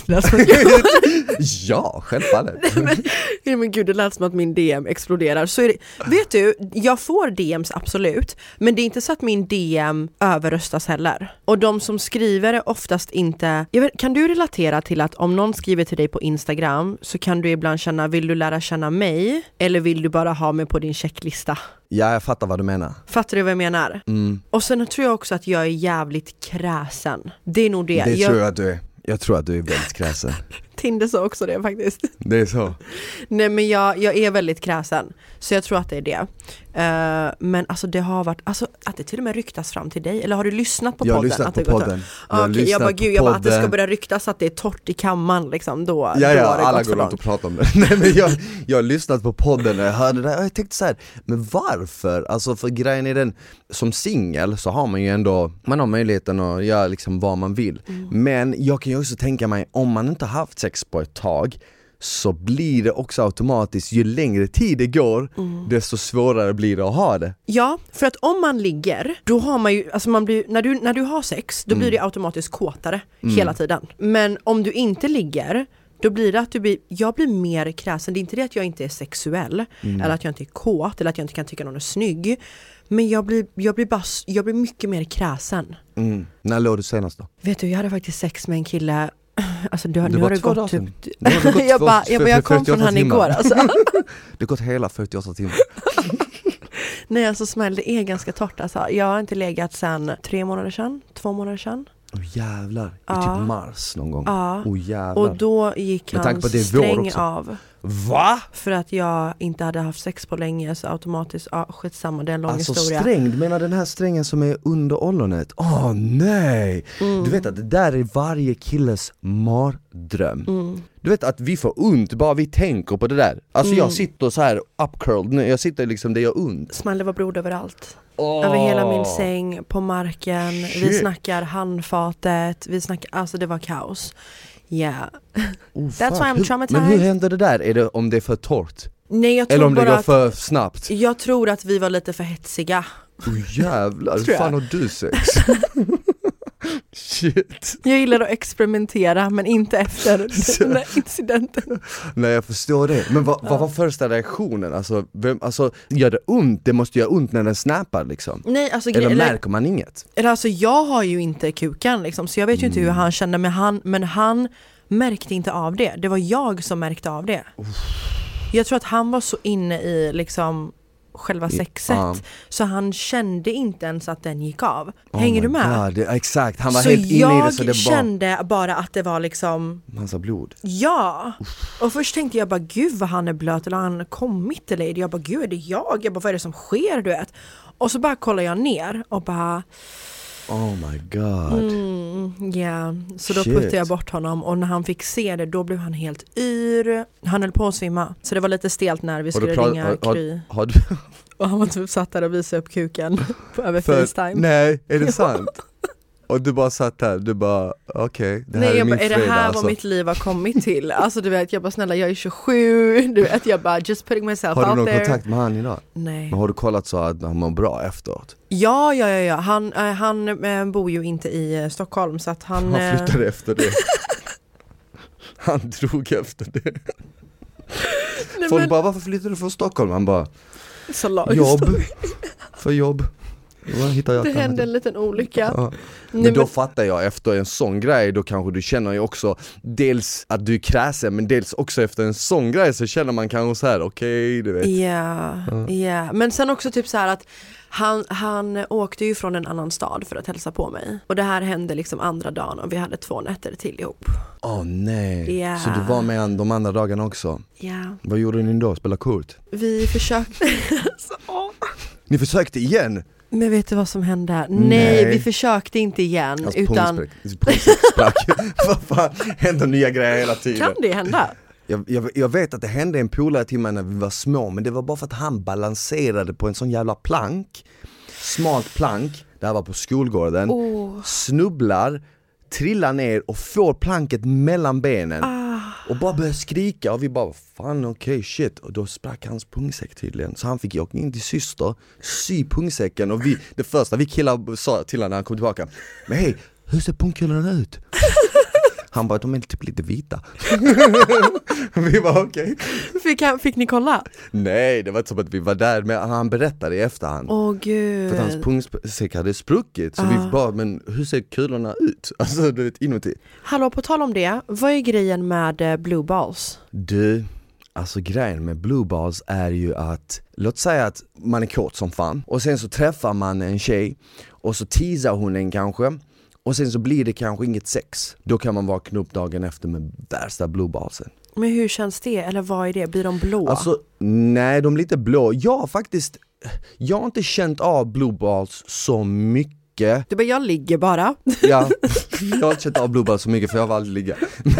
ja, självfallet. men gud, det lät som att min DM exploderar. Så är det, vet du, jag får DMs absolut, men det är inte så att min DM överröstas heller. Och de som skriver är oftast inte... kan du relatera till att om någon skriver till dig på Instagram så kan du ibland känna, vill du lära känna mig? Eller vill du bara ha mig på din checklista? Ja, jag fattar vad du menar. Fattar du vad jag menar? Och sen tror jag också att jag är jävligt kräsen. Det är nog det. Det tror jag att du är. Jag tror att du är väldigt kräsen. Tinder sa också det faktiskt. Det är så. Nej, men jag är väldigt kräsen. Så jag tror att det är det. Men alltså det har varit, alltså att det till och med ryktas fram till dig. Eller har du lyssnat på podden? Jag har lyssnat på podden. Jag bara att det ska börja ryktas att det är torrt i kammaren liksom. Då har det alla gått går runt och pratar om det. Nej, men jag har lyssnat på podden och jag hörde det och jag tänkte så här, men varför? Alltså för grejen är den, som singel så har man ju ändå, man har möjligheten att göra liksom vad man vill. Men jag kan ju också tänka mig, om man inte haft sex på ett tag så blir det också automatiskt, ju längre tid det går desto svårare blir det att ha det. Ja, för att om man ligger, då har man ju, alltså man blir, när du har sex, då blir det automatiskt kåtare hela tiden. Men om du inte ligger, då blir det att jag blir mer kräsen. Det är inte det att jag inte är sexuell eller att jag inte är kåt eller att jag inte kan tycka någon är snygg. Men jag blir mycket mer kräsen. När låg du senast då? Vet du, jag hade faktiskt sex med en kille. Alltså nu har det gått typ... jag kom från han igår alltså. Det har gått hela 48 timmar. Nej, alltså Smile, det är ganska torrt alltså. Jag har inte legat sedan 3 månader sedan, 2 månader sedan. Jävlar, i typ mars någon gång. Jävlar. Och då gick hans sträng av. Va? För att jag inte hade haft sex på länge, så automatiskt, skitsamma, det är en lång historia. Strängd, menar den här strängen som är under ollonet? Nej! Du vet att det där är varje killes mardröm. Du vet att vi får ont, bara vi tänker på det där. Alltså jag sitter så här upcurled, jag sitter liksom, det gör ont. Smile, var blod överallt. Över hela min säng, på marken. Shit. Vi snackar handfatet, alltså det var kaos. Yeah. That's why I'm traumatized. Men hur händer det där? Är det om det är för torrt? Nej, jag tror eller om bara det går för snabbt? Jag tror att vi var lite för hetsiga. Jävlar, hur fan har du sex? Shit. Jag gillar att experimentera, men inte efter den här incidenten. Nej, jag förstår det. Men vad var första reaktionen? Alltså, gör det ont? Det måste göra ont när den snappar liksom. Nej, alltså, eller märker man inget? Alltså, jag har ju inte kukan liksom, så jag vet ju inte hur han kände men han märkte inte av det. Det var jag som märkte av det. Jag tror att han var så inne i liksom själva sexet. Så han kände inte ens att den gick av. Hänger du med? God, exakt, han var helt inne i det. Så jag kände bara att det var liksom massa blod. Ja, och först tänkte jag bara gud vad han är blöt eller han har kommit eller jag bara gud är det jag? Jag bara vad är det som sker du vet? Och så bara kollar jag ner och bara oh my god. Yeah. Så då puttade jag bort honom och när han fick se det då blev han helt yr. Han höll på att svimma. Så det var lite stelt när vi skulle ringa Kry. Och han var typ satt där och visade upp kuken över FaceTime. Nej, är det sant? Och du bara satt här, du bara okej, det här är min fredag. Är det här vad mitt liv har kommit till? Alltså du vet, jag bara snälla, jag är 27, du vet, jag bara just putting myself out there. Har du någon kontakt med han idag? Nej. Men har du kollat så att han mår bra efteråt? Ja. Han bor ju inte i Stockholm så att han flyttade efter det. Han drog efter det. Folk bara, varför flyttade du från Stockholm? Han bara, jobb. För jobb. Det hände en liten olycka. Ja. Men då fattar jag, efter en sån grej då kanske du känner ju också dels att du är kräsen, men dels också efter en sån grej så känner man kanske så här okej, du vet. Ja. Men sen också typ så här att han åkte ju från en annan stad för att hälsa på mig. Och det här hände liksom andra dagen och vi hade 2 nätter till ihop. Nej. Yeah. Så du var med de andra dagarna också? Ja. Yeah. Vad gjorde ni då? Spela kort? Vi försökte. Ni försökte igen? Men vet du vad som hände? Nej, vi försökte inte igen. Alltså, utan vad fan, händer nya grejer hela tiden. Kan det hända? Jag vet att det hände en polare till mig när vi var små, men det var bara för att han balanserade på en sån jävla plank. Smalt plank, det här var på skolgården. Snubblar, trillar ner och får planket mellan benen. Och bara började skrika och vi bara, fan okej, shit. Och då sprack hans pungsäck tydligen. Så han fick åka in till syster, sy pungsäcken. Och det första vi killar sa till honom när han kom tillbaka, men hej, hur ser pungkulorna ut? Han bara, de är typ lite vita. Vi var okej. Fick ni kolla? Nej, det var inte som att vi var där, men han berättade i efterhand. Gud. För att hans pungsäck hade spruckit. Så vi bara, men hur ser kulorna ut? Alltså, du vet, inuti. Hallå, på tal om det, vad är grejen med blue balls? Du, alltså grejen med blue balls är ju att, låt säga att man är kort som fan. Och sen så träffar man en tjej och så teasar hon en kanske. Och sen så blir det kanske inget sex. Då kan man vakna upp dagen efter med värsta blue ballsen. Men hur känns det? Eller vad är det? Blir de blå? Alltså, nej, de är lite blå. Jag har inte känt av blue balls så mycket. Du bara, jag ligger bara. Ja, jag har inte känt av blue balls så mycket för jag har aldrig ligga.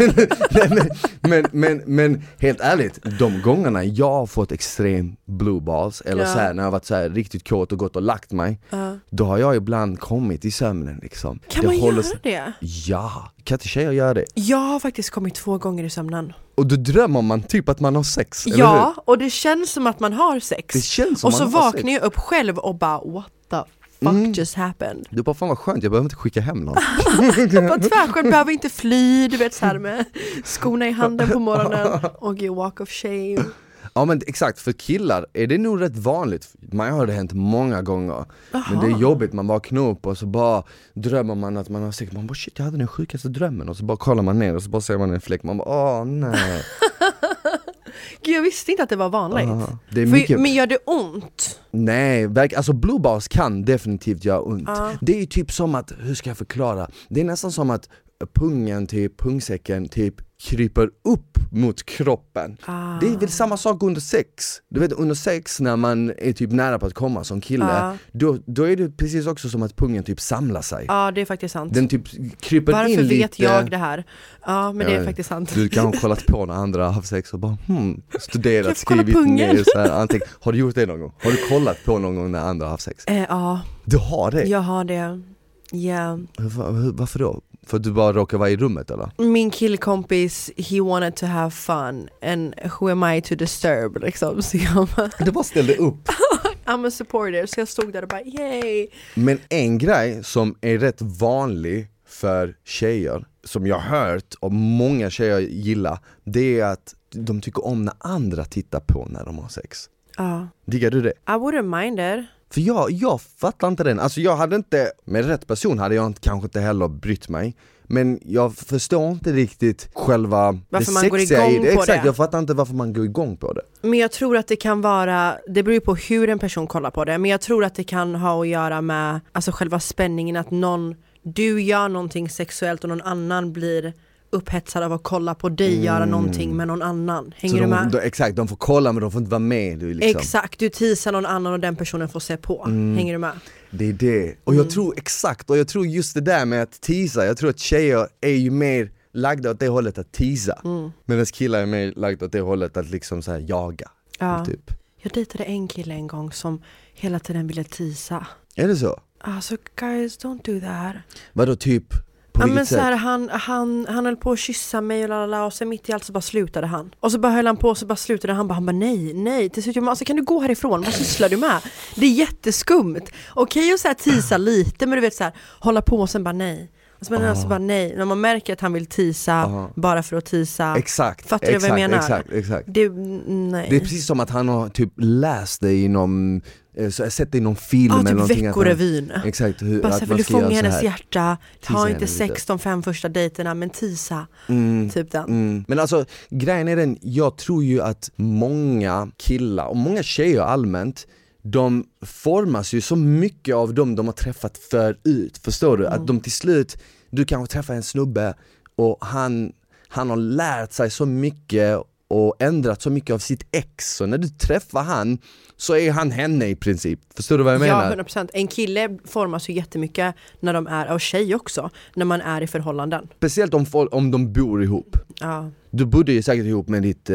Men helt ärligt, de gångerna jag har fått extrem blue balls, eller så här, när jag har varit så här riktigt kåt och gått och lagt mig, då har jag ibland kommit i sömnen liksom. Kan man göra det? Ja, kan inte tjejer göra det? Jag har faktiskt kommit 2 gånger i sömnen. Och då drömmer man typ att man har sex, eller ja, hur? Och det känns som att man har sex. Det känns som och så man har vaknar jag upp själv och bara, what the fuck just happened? Du bara, fan vad skönt, jag behöver inte skicka hem någon. Jag bara, tvärskönt, behöver inte fly, du vet så här med skorna i handen på morgonen och you walk of shame. Ja, men exakt, för killar är det nog rätt vanligt. Man har det hänt många gånger. Men det är jobbigt, man vaknar upp och så bara drömmer man att man har sex. Man bara, shit, jag hade den sjukaste drömmen. Och så bara kollar man ner och så bara ser man en fläck. Man bara, nej. Gud, jag visste inte att det var vanligt. Det är mycket... Men gör det ont? Nej, alltså blue balls kan definitivt göra ont. Det är ju typ som att, hur ska jag förklara? Det är nästan som att pungen till pungsäcken typ kryper upp mot kroppen. Det är väl samma sak under sex. Du vet, under sex när man är typ nära på att komma som kille, då är det precis också som att pungen typ samlar sig. Ja, det är faktiskt sant. Den typ kryper in lite. Varför vet jag det här? Ja, men det är faktiskt sant. Du kan ha kollat på när andra har haft sex och bara studerat, skrivit ner så här, har du gjort det någon gång? Har du kollat på någon gång när andra har haft sex? Ja. Du har det? Jag har det. Ja. Varför då? För att du bara råkar vara i rummet, eller? Min killkompis, he wanted to have fun and who am I to disturb liksom. Så jag bara, du bara ställde upp. I'm a supporter, så jag stod där och bara yay. Men en grej som är rätt vanlig för tjejer, som jag har hört och många tjejer gillar, det är att de tycker om när andra tittar på när de har sex. Ja. Diggar du det? I wouldn't mind it. För jag fattar inte den. Alltså jag hade inte, med rätt person hade jag kanske inte heller brytt mig. Men jag förstår inte riktigt själva varför det man går sexiga igång i det. på Exakt, det. jag fattar inte varför man går igång på det. Men jag tror att det kan vara, det beror ju på hur en person kollar på det, men jag tror att det kan ha att göra med alltså själva spänningen, att du gör någonting sexuellt och någon annan blir upphetsad av att kolla på dig göra någonting med någon annan. Hänger du med? Exakt, de får kolla men de får inte vara med. Du, liksom. Exakt, du teasar någon annan och den personen får se på. Hänger du med? Det är det. Och jag tror och jag tror just det där med att teasa, jag tror att tjejer är ju mer lagda åt det hållet att teasa. Medan killar är mer lagda åt det hållet att liksom så här jaga. Ja. Typ. Jag dejtade en kille en gång som hela tiden ville teasa. Är det så? Alltså guys, don't do that. Vadå typ? På Ja, vilket men sätt? så här, han höll på att kyssa mig och lalala, och sen mitt i allt så bara slutade han. Och så bara höll han på och så bara slutade han bara nej. Till slut, alltså, kan du gå härifrån? Vad sysslar du med? Det är jätteskumt. Okej, och så här teasa lite, men du vet så här, hålla på och sen bara nej. Och så alltså bara nej. När man märker att han vill teasa bara för att teasa. Exakt. Fattar du vad jag menar? Exakt. Nej. Det är precis som att han har typ läst det inom så jag sett det i någon film eller typ någonting. Veckorevyn. Exakt. Bara så vill du fånga hennes hjärta. Teasa Ta inte henne lite. 6 de 5 första dejterna, men teasa. Typ den. Men alltså grejen är den, jag tror ju att många killar och många tjejer allmänt, de formas ju så mycket av dem de har träffat förut. Förstår du? Att de till slut, du kanske träffar en snubbe och han har lärt sig så mycket och ändrat så mycket av sitt ex. Så när du träffar han så är han henne i princip. Förstår du vad jag menar? Ja, 100%. En kille formas ju jättemycket när de är, och tjej också, när man är i förhållanden. Speciellt om de bor ihop. Ja. Du bodde ju säkert ihop med ditt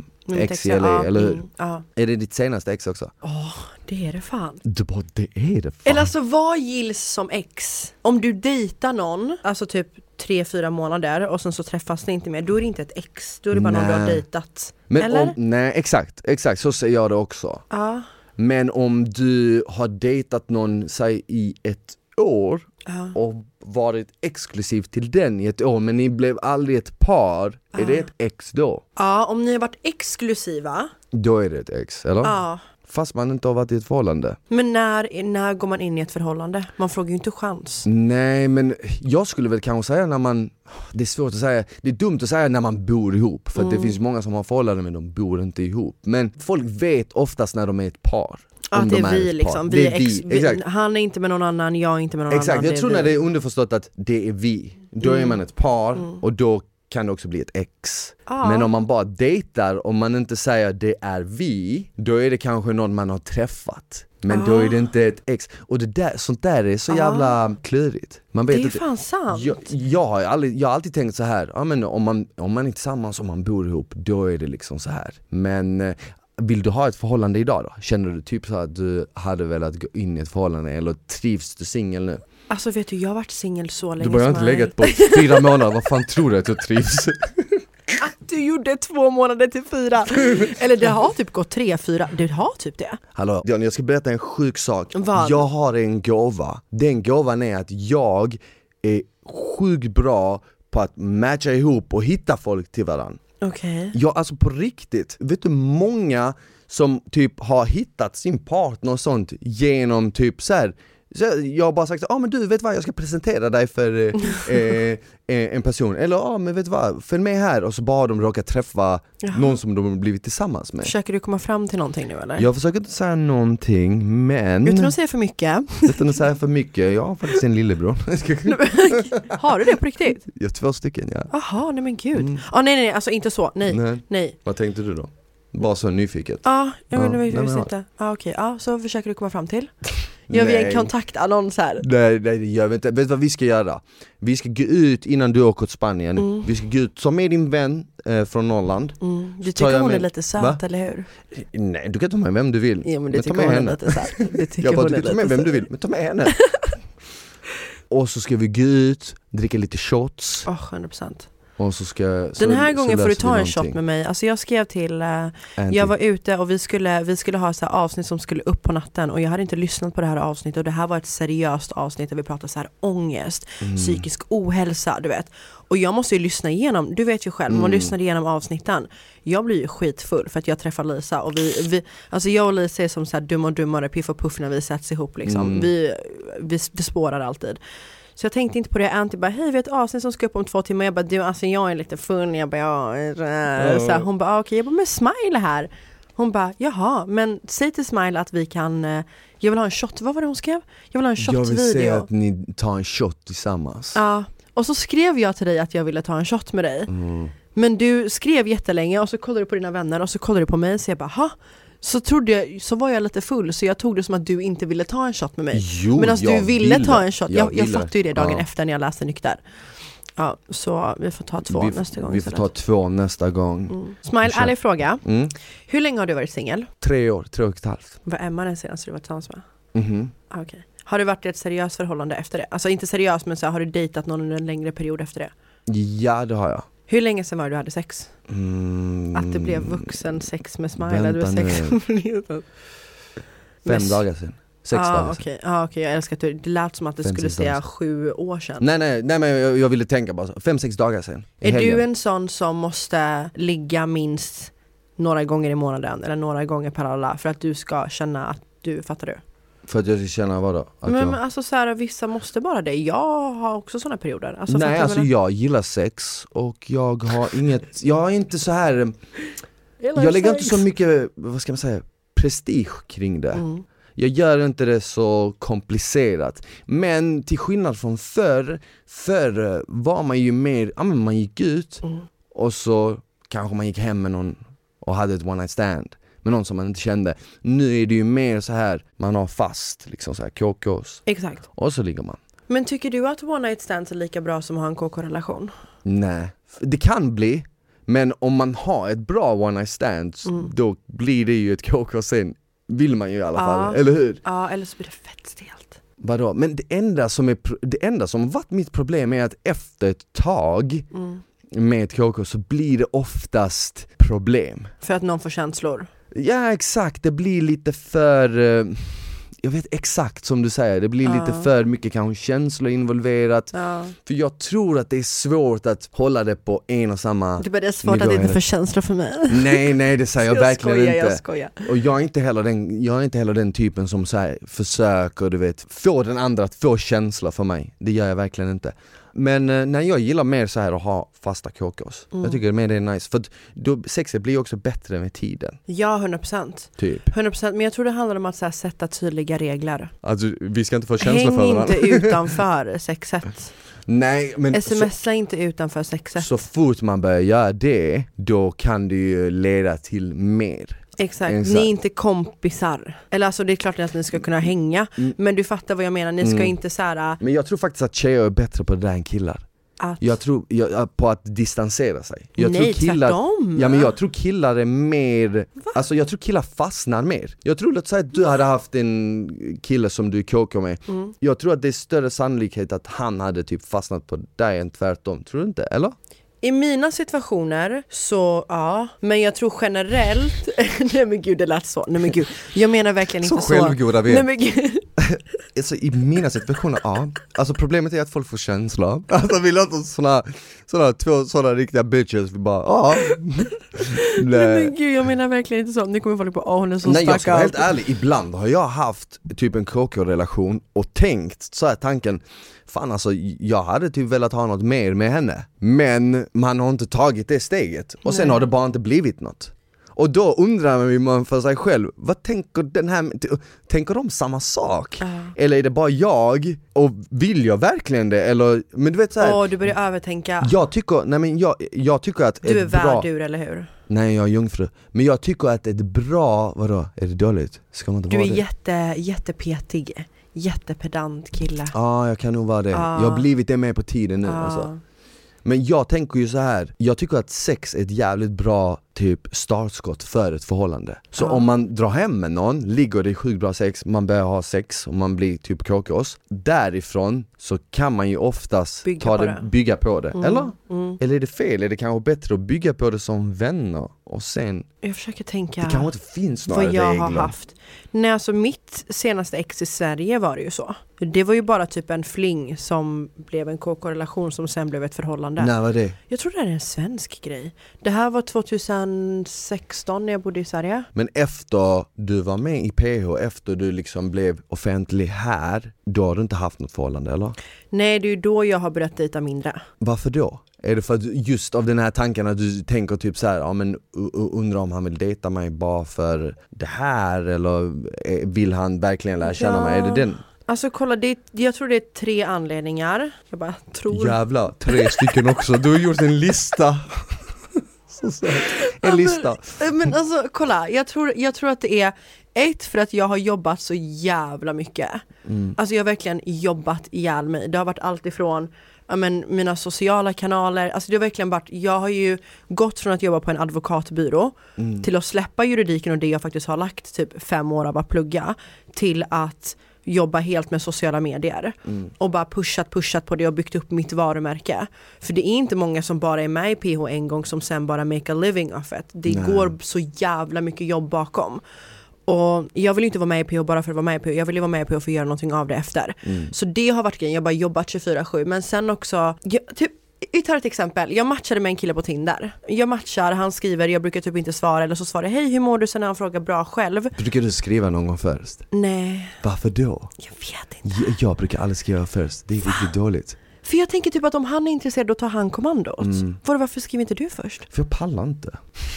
ex i LA, eller hur? Ja. Är det ditt senaste ex också? Det är det fan. Det är det fan. Eller alltså, vad gills som ex? Om du dejtar någon, alltså typ 3-4 månader och sen så träffas ni inte mer, då är det inte ett ex, då är det bara någon du har dejtat. Men eller? Nej, exakt, så säger jag det också. Ja. Men om du har dejtat någon, säg i ett år och varit exklusiv till den i ett år, men ni blev aldrig ett par, är det ett ex då? Ja, om ni har varit exklusiva. Då är det ett ex, eller? Ja. Fast man inte har varit i ett förhållande. Men när går man in i ett förhållande? Man frågar ju inte chans. Nej, men jag skulle väl kanske säga när man, det är svårt att säga, det är dumt att säga när man bor ihop, för att det finns många som har förhållande men de bor inte ihop. Men folk vet oftast när de är ett par. Ja, det är vi liksom. Det är vi. Han är inte med någon annan, jag är inte med någon Exakt, annan. jag tror när det är underförstått att det är vi, då är man ett par och då kan det också bli ett ex. Men om man bara dejtar, om man inte säger det är vi, då är det kanske någon man har träffat. Men då är det inte ett ex. Och sånt där är så jävla klurigt. Man vet det är inte, fan sant. Jag har alltid tänkt så här, ja, men om man är tillsammans, om man bor ihop, då är det liksom så här. Men vill du ha ett förhållande idag då? Känner du typ så att du hade velat gå in i ett förhållande, eller trivs du singel nu? Alltså vet du, jag har varit singel så länge. Du börjar inte lägga på 4 månader, vad fan tror du att du trivs? Att du gjorde 2 månader till 4. Eller det har typ gått 3-4. Du har typ det. Hallå, Jan, jag ska berätta en sjuk sak. Vad? Jag har en gåva. Den gåvan är att jag är sjukt bra på att matcha ihop och hitta folk till varandra. Okej. Ja, alltså på riktigt. Vet du, många som typ har hittat sin partner och sånt genom typ så här. Så jag har bara sagt, men du vet vad, jag ska presentera dig för en person. Eller men vet du vad, följ med här. Och så bara de råkar träffa någon som de har blivit tillsammans med. Försöker du komma fram till någonting nu eller? Jag försöker inte säga någonting, men utan att säga för mycket. Utan att säga för mycket, jag har faktiskt en lillebror. Har du det på riktigt? Jag har 2 stycken, ja. Jaha, nej men gud. Nej, alltså inte så, nej. Vad tänkte du då? Bara så nyfiket. Jag visste inte. Okej, så försöker du komma fram till. Gör vi en kontaktannons här? Nej, det gör vi inte. Vet du vad vi ska göra? Vi ska gå ut innan du åker till Spanien. Vi ska gå ut, ta med din vän från Norrland. Du tycker hon är lite söt, eller hur? Nej, du kan ta med vem du vill. Ja, men det tycker hon är lite söt. Du kan ta med vem du vill, men ta med henne. Och så ska vi gå ut, dricka lite shots. 100%. Och så den här gången får du ta en shot med mig. Alltså jag skrev till jag var ute och vi skulle ha så här avsnitt som skulle upp på natten, och jag hade inte lyssnat på det här avsnittet, och det här var ett seriöst avsnitt där vi pratade så här ångest, psykisk ohälsa, du vet. Och jag måste ju lyssna igenom, du vet ju själv, man lyssnar igenom avsnitten. Jag blir ju skitfull för att jag träffar Lisa, och vi alltså jag och Lisa är som så här Dum och dummare, Piff och Puff när vi sätts ihop liksom. Vi spårar alltid. Så jag tänkte inte på det. Anty bara, hej, vi har ett avsnitt som ska upp om 2 timmar. Jag bara, du, alltså jag är lite full. Jag bara, så här, hon bara, okej. Jag bara, men Smile här. Hon bara, jaha, men säg till Smile att vi kan, jag vill ha en shot. Vad var det hon skrev? Jag vill ha en shot-video. Jag vill se att ni tar en shot tillsammans. Ja, och så skrev jag till dig att jag ville ta en shot med dig. Men du skrev jättelänge och så kollade du på dina vänner och så kollade du på mig. Så jag bara, ha? Så var jag lite full, så jag tog det som att du inte ville ta en shot med mig. Medan du ville ta en shot. Jag fattade ju det dagen efter när jag läste nykter. Ja, så vi får ta 2 nästa gång. Vi får ta 2 nästa gång. Smile, ärlig fråga. Hur länge har du varit singel? 3 år, 3,5. Vad är man den senaste du var tillsammans med? Okay. Har du varit i ett seriöst förhållande efter det? Alltså inte seriöst, men så har du dejtat någon under en längre period efter det? Ja, det har jag. Hur länge sedan var det du hade sex? Att det blev vuxen sex med Smile? Vänta nu. 5 dagar sedan. 6 dagar sedan. Okej, jag älskar att det lät som att du skulle säga 7 år sedan. Nej, men jag ville tänka bara 5-6 dagar sedan. Är du en sån som måste ligga minst några gånger i månaden eller några gånger per alla för att du ska känna att du fattar det? För att jag ska känna vadå? Men alltså så här, vissa måste bara det. Jag har också såna perioder. Alltså, nej, alltså jag gillar sex och jag har inget, jag är inte så här, jag lägger inte så mycket, vad ska man säga, prestige kring det. Jag gör inte det så komplicerat. Men till skillnad från förr var man ju mer, man gick ut och så kanske man gick hem med någon och hade ett one night stand med någon som man inte kände. Nu är det ju mer så här, man har fast liksom så här KKs. Exakt. Och så ligger man. Men tycker du att one night stands är lika bra som att ha en KK-relation? Nej, det kan bli. Men om man har ett bra one night stands då blir det ju ett KK sen. Vill man ju i alla fall, eller hur? Ja, eller så blir det fett stelt. Vadå? Men det enda som varit mitt problem är att efter ett tag med ett KK så blir det oftast problem. För att någon får känslor? Ja, exakt. Det blir lite för... jag vet exakt som du säger. Det blir lite för mycket kanske känslor involverat. För jag tror att det är svårt att hålla det på en och samma... Det är svårt att det inte får känslor för mig. Nej, det säger jag verkligen inte. Jag skojar. Och jag är inte heller den typen som så här, försöker, du vet, få den andra att få känslor för mig. Det gör jag verkligen inte. Men när jag gillar mer så här att ha fasta KKs. Jag tycker mer det är nice. För då sexet blir också bättre med tiden. Ja, 100%. Typ. 100%, men jag tror det handlar om att så här, sätta tydliga regler. Alltså, vi ska inte få känslor för varandra. Häng inte utanför sexet. Nej, men smsa inte utanför sexet. Så fort man börjar göra det, då kan det ju leda till mer. Exakt. Ni är inte kompisar. Eller alltså det är klart att ni ska kunna hänga. Men du fattar vad jag menar. Ni ska inte så här... Men jag tror faktiskt att tjejer är bättre på det där än killar. Jag tror på att distansera sig. Tvärtom. Ja, men jag tror killar är mer... Alltså jag tror killar fastnar mer. Jag tror att säga att du hade haft en kille som du kokar med. Jag tror att det är större sannolikhet att han hade typ fastnat på dig än tvärtom. Tror du inte? Eller? I mina situationer så ja, men jag tror generellt nej men gud, det lät så. Nej men gud, jag menar verkligen inte så. Så självgoda vi är. Nej men gud. Alltså i mina situationer, ja. Alltså problemet är att folk får känslor. Alltså vi låter två sådana riktiga bitches. Vi bara, ja. Nej men gud, jag menar verkligen inte så. Nu kommer folk på, hon är så nej, stark. jag ska vara helt ärlig. Ibland har jag haft typ en KK-relation och tänkt så här tanken, fan alltså jag hade typ velat ha något mer med henne. Men man har inte tagit det steget. Och sen har det bara inte blivit något. Och då undrar man för sig själv, vad tänker de samma sak? Eller är det bara jag? Och vill jag verkligen det? Eller, men du vet så här, du börjar övertänka. Jag tycker att du är värdur, eller hur? Nej, jag är jungfru. Men jag tycker att ett bra, vadå? Är det dåligt? Ska man inte vara det? Du är jättepetig. Jättepedant kille. Ja, jag kan nog vara det. Jag har blivit det med på tiden nu alltså. Men jag tänker ju så här. Jag tycker att sex är ett jävligt bra typ startskott för ett förhållande. Så om man drar hem med någon, ligger det i sjukt bra sex, man börjar ha sex och man blir typ KKs. Därifrån så kan man ju oftast bygga på det. Eller? Eller är det fel? Är det kanske bättre att bygga på det som vänner och sen... Jag försöker tänka... Det kanske inte finns några vad jag regler. har haft. Nej, alltså mitt senaste ex i Sverige var det ju så. Det var ju bara typ en fling som blev en KK-relation som sen blev ett förhållande. När var det? Jag tror det är en svensk grej. Det här var 2016 när jag bodde i Sverige. Men efter du var med i PH, efter du liksom blev offentlig här, då har du inte haft något förhållande, eller? Nej, det är ju då jag har börjat dejta mindre. Varför då? Är det för att just av den här tanken att du tänker typ så här, ja men undrar om han vill dejta mig bara för det här, eller vill han verkligen lära känna mig? Är det den? Alltså kolla, jag tror det är 3 anledningar. Jag bara tror. Jävlar, 3 stycken också. Du har gjort en lista. Så söt. En lista. Men alltså kolla, jag tror att det är 1 för att jag har jobbat så jävla mycket. Alltså jag har verkligen jobbat ihjäl mig. Det har varit allt ifrån mina sociala kanaler, alltså det har verkligen varit, jag har ju gått från att jobba på en advokatbyrå till att släppa juridiken och det jag faktiskt har lagt typ 5 år av att plugga, till att jobba helt med sociala medier och bara pushat på det och byggt upp mitt varumärke. För det är inte många som bara är med i PH en gång som sen bara make a living of it. Det går så jävla mycket jobb bakom. Och jag vill inte vara med i PH bara för att vara med i PH. Jag vill ju vara med i PH för att göra någonting av det efter. Så det har varit grejen. Jag har bara jobbat 24/7. Men sen också, vi tar ett exempel. Jag matchade med en kille på Tinder. Jag matchar, han skriver, jag brukar typ inte svara. Eller så svarar jag, hej hur mår du? Sen när han frågar bra själv. Brukar du skriva någon gång först? Nej. Varför då? Jag vet inte. Jag brukar aldrig skriva först. Det är riktigt dåligt. För jag tänker typ att om han är intresserad då tar han kommandot. Varför skriver inte du först? För jag pallar inte.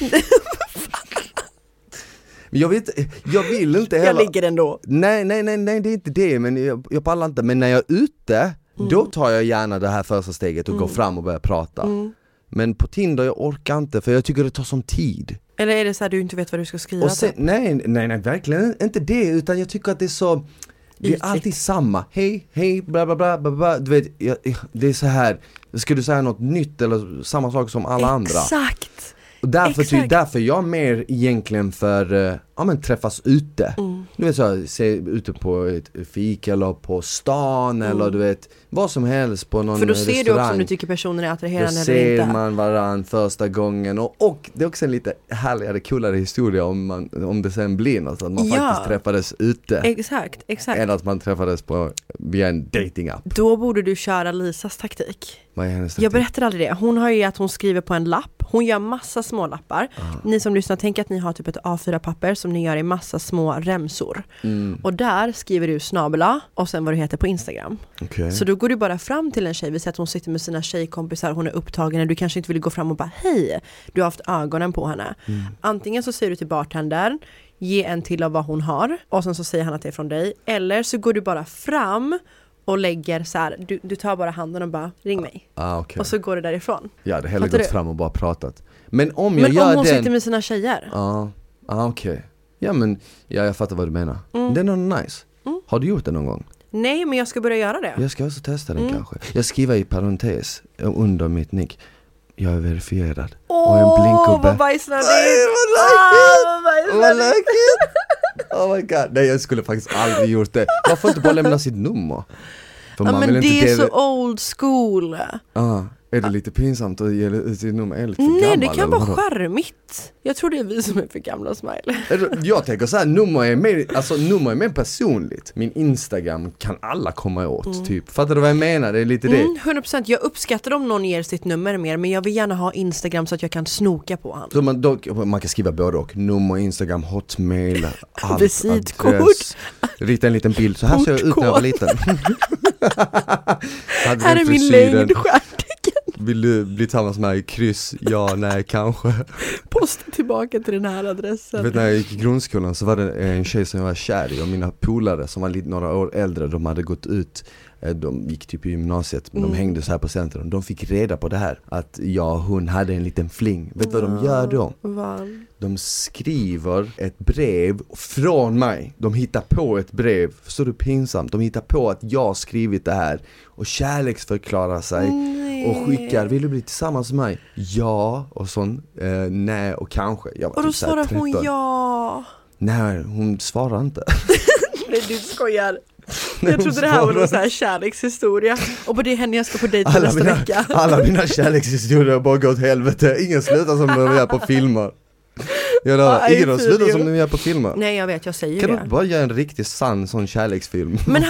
Jag vill inte heller. Jag ligger ändå. Nej, det är inte det. Men jag pallar inte. Men när jag är ute, då tar jag gärna det här första steget och går fram och börjar prata. Men på Tinder, jag orkar inte. För jag tycker det tar som tid. Eller är det så här du inte vet vad du ska skriva? Och sen, nej, verkligen inte det. Utan jag tycker att det är så... Det är alltid samma. Hej, bla bla bla bla. Du vet, det är så här. Ska du säga något nytt eller samma sak som alla andra? Exakt. Och därför jag är mer egentligen för träffas ute. Du vet så, se ute på ett fik eller på stan eller du vet vad som helst på någon restaurang. För då ser du också om du tycker personen är attraherande eller inte. Då ser man varann första gången och det är också en lite härligare, coolare historia om det sen blir något, att man faktiskt träffades ute. Exakt. Än att man träffades via en dating-app. Då borde du köra Lisas taktik. Vad är hennes taktik? Jag berättar aldrig det. Hon har ju att hon skriver på en lapp. Hon gör massa små lappar. Ni som lyssnar, tänk att ni har typ ett A4-papper som ni gör i massa små remsor. Och där skriver du snabela och sen vad du heter på Instagram. Okay. Så då går du bara fram till en tjej. Vi säger att hon sitter med sina tjejkompisar. Hon är upptagen. Du kanske inte vill gå fram och bara hej. Du har haft ögonen på henne. Antingen så säger du till bartendern, ge en till av vad hon har. Och sen så säger han att det är från dig. Eller så går du bara fram och lägger så här, du tar bara handen och bara ring mig. Okay. Och så går du därifrån. Ja, det hellre gått fram och bara pratat. Men om hon sitter med sina tjejer. Okej. Ja, men jag fattar vad du menar. Det är nog nice. Har du gjort det någon gång? Nej, men jag ska börja göra det. Jag ska också testa den kanske. Jag skriver i parentes under mitt nick. Jag är verifierad. Och en blinkgubbe. Vad bajsnödigt. Vad läckert. Oh my god. Nej, jag skulle faktiskt aldrig gjort det. Man får inte bara lämna sitt nummer. För man men vill det inte är så old school. Är det lite pinsamt att ge sitt nummer? Är lite för Nej, gammal, det kan vara vadå? charmigt. Jag tror det är vi som är för gamla, Smile. Jag tänker så här, nummer är mer personligt. Min Instagram kan alla komma åt, typ. Fattar du vad jag menar? Det är lite det. 100%. Jag uppskattar om någon ger sitt nummer mer, men jag vill gärna ha Instagram så att jag kan snoka på han. Så man kan skriva både och. Nummer, Instagram, hotmail, allt, visitkort. Adress. Rita en liten bild. Så här ser jag ut när jag var liten. Här är min längdstjärna. Vill du bli tillsammans med mig i kryss? Ja, nej, kanske. Posta tillbaka till den här adressen. Jag vet, när jag gick i grundskolan så var det en tjej som jag var kär i. Och mina polare som var lite några år äldre, de hade gått ut. De gick typ i gymnasiet, men de hängde så här på centrum. De fick reda på det här, att hon hade en liten fling. Vet du vad de gör då? De skriver ett brev från mig. De hittar på ett brev. Förstår du, pinsamt? De hittar på att jag skrivit det här och kärleksförklarar sig och skickar, vill du bli tillsammans med mig? Ja, och sån, nej och kanske. Jag var och då typ svarar hon ja. Nej, hon svarar inte. Nej, du skojar. Jag trodde det här var någon så här kärlekshistoria. Och på det henne jag ska på dejt nästa vecka. Alla mina kärlekshistorier har bara gått helvete. Ingen slutar som de gör på filmer. Jag lovar, ingen av oss slutar som de gör på filmer. Nej, jag vet, jag säger kan det. Kan du bara göra en riktigt sann sån kärleksfilm? Men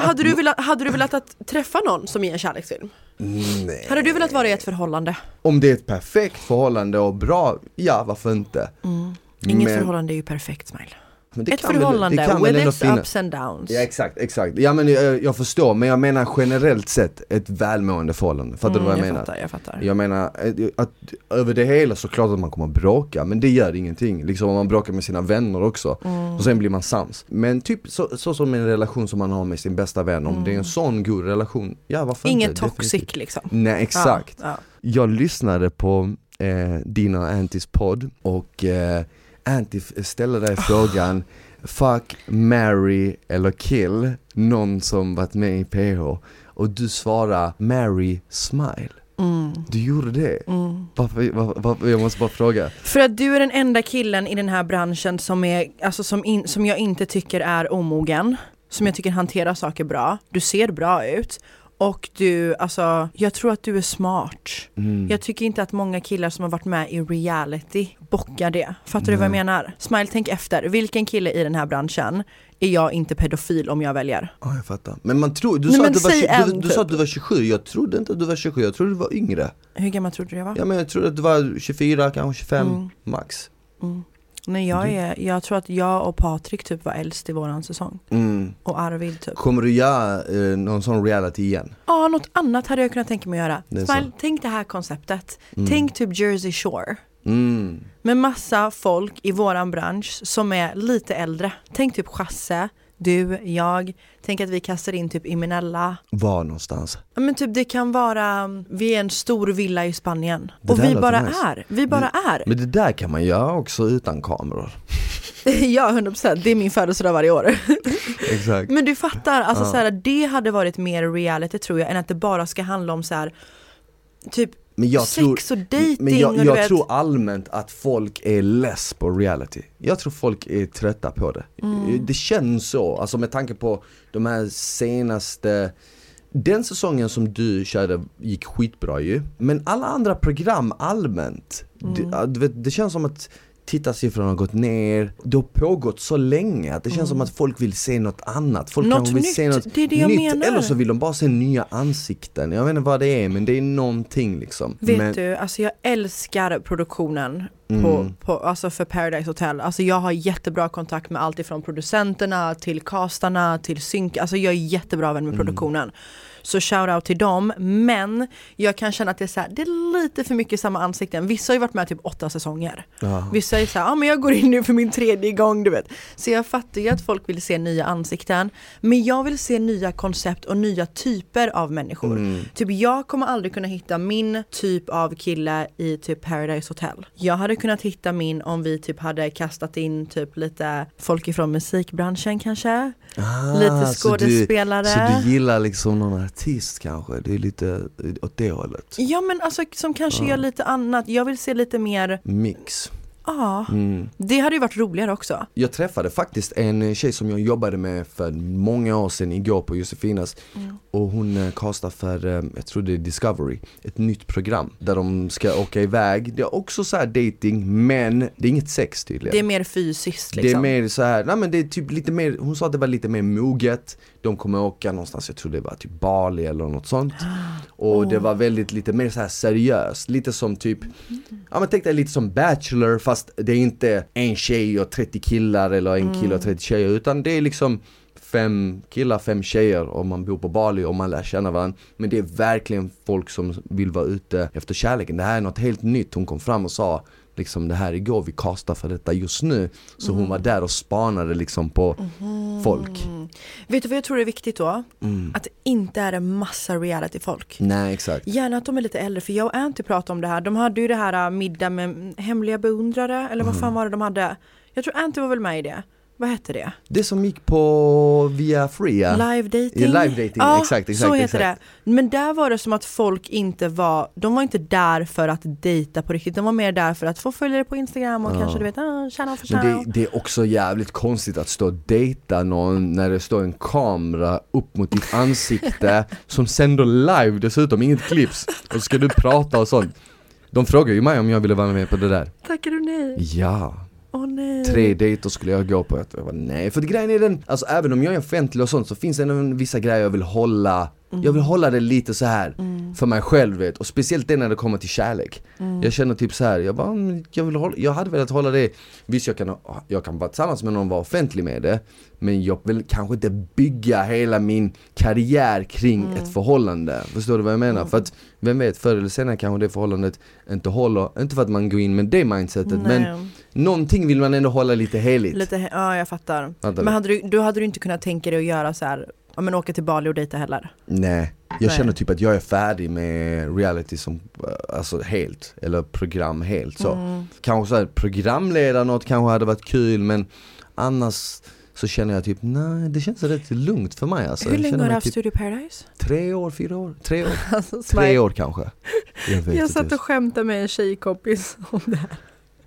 hade du velat att träffa någon som är en kärleksfilm? Nej. Hade du velat vara i ett förhållande? Om det är ett perfekt förhållande och bra, ja, varför inte? Inget förhållande är ju perfekt, Smile. Men ett förhållande with its ups and downs. Ja, exakt. Ja, men jag förstår, men jag menar generellt sett ett välmående förhållande. Fattar du vad jag menar? Jag fattar. Jag menar att över det hela så klart att man kommer att bråka, men det gör ingenting. Liksom om man bråkar med sina vänner också. Och sen blir man sams. Men typ så som en relation som man har med sin bästa vän, om det är en sån god relation, ja, varför ingen inte? Toxic definitivt. Liksom. Nej, exakt. Ja. Jag lyssnade på Dina och Antis podd och Anty ställer dig frågan fuck, marry eller kill någon som varit med i PH, och du svarar marry Smile. Du gjorde det. Varför, jag måste bara fråga. För att du är den enda killen i den här branschen som är, alltså som jag inte tycker är omogen, som jag tycker hanterar saker bra. Du ser bra ut. Och du, alltså, jag tror att du är smart. Jag tycker inte att många killar som har varit med i reality bockar det. Fattar du vad jag menar? Smile, tänk efter. Vilken kille i den här branschen är jag inte pedofil om jag väljer? Ja, jag fattar. Men man tror, du sa att du var 27. Jag trodde inte att du var 27. Jag trodde du var yngre. Hur gammal trodde du jag var? Ja, men jag trodde att du var 24, kanske 25 max. Nej, jag tror att jag och Patrik typ var äldst i våran säsong. Och Arvid typ. Kommer du göra någon sån reality igen? Ja, något annat hade jag kunnat tänka mig att göra. Smile, tänk det här konceptet. Tänk typ Jersey Shore. Med massa folk i våran bransch som är lite äldre. Tänk typ Chasse, du, jag. Tänk att vi kastar in typ Imenella. Var någonstans? Ja, men typ det kan vara, vi är en stor villa i Spanien. Och vi bara är. Vi bara är. Men det där kan man göra också utan kameror. Ja, 100%. Det är min födelsedag varje år. Exakt. Men du fattar, alltså så här, det hade varit mer reality tror jag, än att det bara ska handla om så här, typ sex och dating. Men jag tror allmänt att folk är less på reality. Jag tror folk är trötta på det. Det känns så, alltså med tanke på de här senaste. Den säsongen som du körde gick skitbra ju. Men alla andra program allmänt, det känns som att tittarsiffrorna har gått ner. Det har pågått så länge att det känns som att folk vill se något annat. Folk kanske vill se något det är det jag menar. Eller så vill de bara se nya ansikten. Jag vet inte vad det är, men det är någonting liksom. Vet du, alltså jag älskar produktionen på, alltså för Paradise Hotel. Alltså jag har jättebra kontakt med allt ifrån producenterna till castarna till synk. Alltså jag är jättebra vän med produktionen. Så shout out till dem. Men jag kan känna att det är så här, det är lite för mycket samma ansikten. Vissa har ju varit med typ 8 säsonger. Vissa är så här, men jag går in nu för min 3:e gång, du vet. Så jag fattar ju att folk vill se nya ansikten. Men jag vill se nya koncept och nya typer av människor. Typ jag kommer aldrig kunna hitta min typ av kille i typ Paradise Hotel. Jag hade kunnat hitta min om vi typ hade kastat in typ lite folk ifrån musikbranschen kanske. Lite skådespelare. Så du gillar liksom någon artist kanske? Det är lite åt det hållet. Ja, men alltså som kanske gör lite annat. Jag vill se lite mer mix. Ja, det hade ju varit roligare också. Jag träffade faktiskt en tjej som jag jobbade med för många år sedan igår på Josefinas. Och hon castar för, jag tror det är Discovery, ett nytt program där de ska åka iväg. Det är också så här dating, men det är inget sex tydligen. Det är mer fysiskt liksom. Det är mer så här, nej men det är typ lite mer, hon sa att det var lite mer moget. De kommer åka någonstans, jag tror det var typ Bali eller något sånt. Och det var väldigt lite mer så här seriöst. Lite som typ, ja men tänk dig lite som Bachelor, fast det är inte en tjej och 30 killar eller en kille och 30 tjejer, utan det är liksom 5 killar, 5 tjejer och man bor på Bali och man lär känna varandra. Men det är verkligen folk som vill vara ute efter kärleken. Det här är något helt nytt. Hon kom fram och sa liksom det här igår, vi kastar för detta just nu. Så hon var där och spanade liksom på folk. Vet du vad jag tror är viktigt då? Att det inte är en massa reality-folk. Nej, exakt. Gärna att de är lite äldre, för jag och Anty pratade om det här. De hade ju det här middag med hemliga beundrare, eller vad fan var det de hade? Jag tror Anty var väl med i det. Vad hette det? Det som gick på via Fria. Live dating. Ja, live dating, ja, exakt. Så heter det. Men där var det som att folk inte var, de var inte där för att dejta på riktigt. De var mer där för att få följare på Instagram och kanske du vet, tjäna för tjäna. Men det är också jävligt konstigt att stå och dejta någon när det står en kamera upp mot ditt ansikte som sänder live dessutom, inget klipps. Och så ska du prata och sånt. De frågar ju mig om jag ville vara med på det där. Tackar du nej? Ja. nej. 3 dejter skulle jag gå på. Jag bara, nej, för grejen är den, alltså även om jag är offentlig och sånt så finns det ändå vissa grejer jag vill hålla. Jag vill hålla det lite så här för mig själv, vet. Och speciellt det när det kommer till kärlek. Jag känner typ så här, jag hade velat hålla det. Visst, jag kan vara tillsammans med någon och vara offentlig med det, men jag vill kanske inte bygga hela min karriär kring ett förhållande. Förstår du vad jag menar? För att, vem vet, förr eller senare kanske det förhållandet inte håller. Inte för att man går in med det mindsetet, men någonting vill man ändå hålla lite heligt. Ja, jag fattar. Men hade du inte kunnat tänka dig att göra så här, men åka till Bali och dejta heller? Nej, jag känner typ att jag är färdig med reality som, alltså helt, eller program helt så. Kanske så här, programledare något kanske hade varit kul, men annars så känner jag typ, nej, det känns rätt lugnt för mig alltså. Hur länge har du haft typ Studio Paradise? 3 år, 4 år, 3 år. Alltså, 3 år kanske. Jag satt och skämtade med en tjejkompis om det här.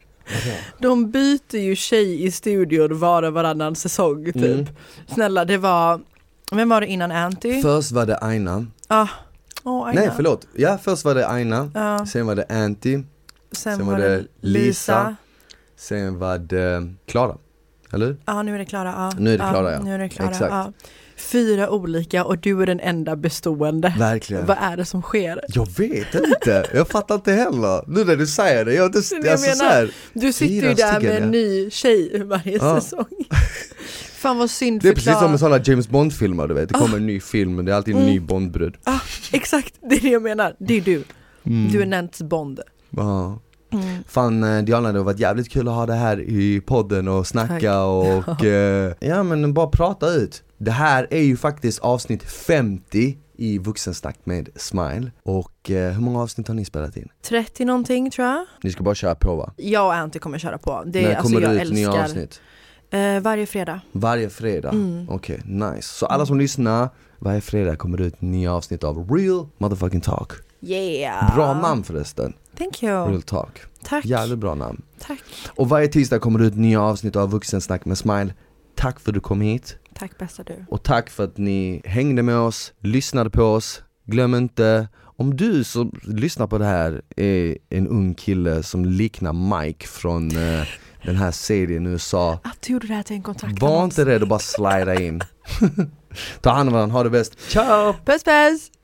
De byter ju tjej i studion varannan säsong typ. Snälla, det var... Vem var det innan Anty? Först var det Aina. Aina. Nej, förlåt. Ja, först var det Aina. Sen var det Anty. Sen var det Lisa. Sen var det Klara. Eller? Ja, nu är det Klara. Nu är det Klara, ja. Nu är det Klara. Exakt. Ja. 4 olika och du är den enda bestående. Verkligen. Vad är det som sker? Jag vet inte. Jag fattar inte heller. Nu när du säger det. Du sitter ju där med en ny tjej varje säsong. Fan vad synd. Det är precis som med sådana James Bond-filmer, du vet. Det kommer en ny film och det är alltid en ny Bond-brud. Exakt, det är det jag menar. Det är du. Du är Nents Bond. Ja. Fan, Diana, det har varit jävligt kul att ha det här i podden och snacka och ja, men bara prata ut. Det här är ju faktiskt avsnitt 50 i Vuxensnack med Smile. Och hur många avsnitt har ni spelat in? 30 någonting tror jag. Ni ska bara köra på, va? Jag och Anty kommer köra på. Det är, när kommer alltså, det ut nya avsnitt? Varje fredag. Varje fredag? Okej, nice. Så alla som lyssnar, varje fredag kommer det ut nya avsnitt av Real Motherfucking Talk. Yeah. Bra namn förresten. Thank you. Real Talk. Tack. Jävligt bra namn. Tack. Och varje tisdag kommer det ut nya avsnitt av Vuxensnack med Smile. Tack för att du kom hit. Tack bästa du. Och tack för att ni hängde med oss, lyssnade på oss. Glöm inte, om du som lyssnar på det här är en ung kille som liknar Mike från den här serien i USA. Att du gjorde det här till en kontakt. Var inte rädd att bara slida in. Ta hand om varandra, ha det bäst. Ciao! Puss puss!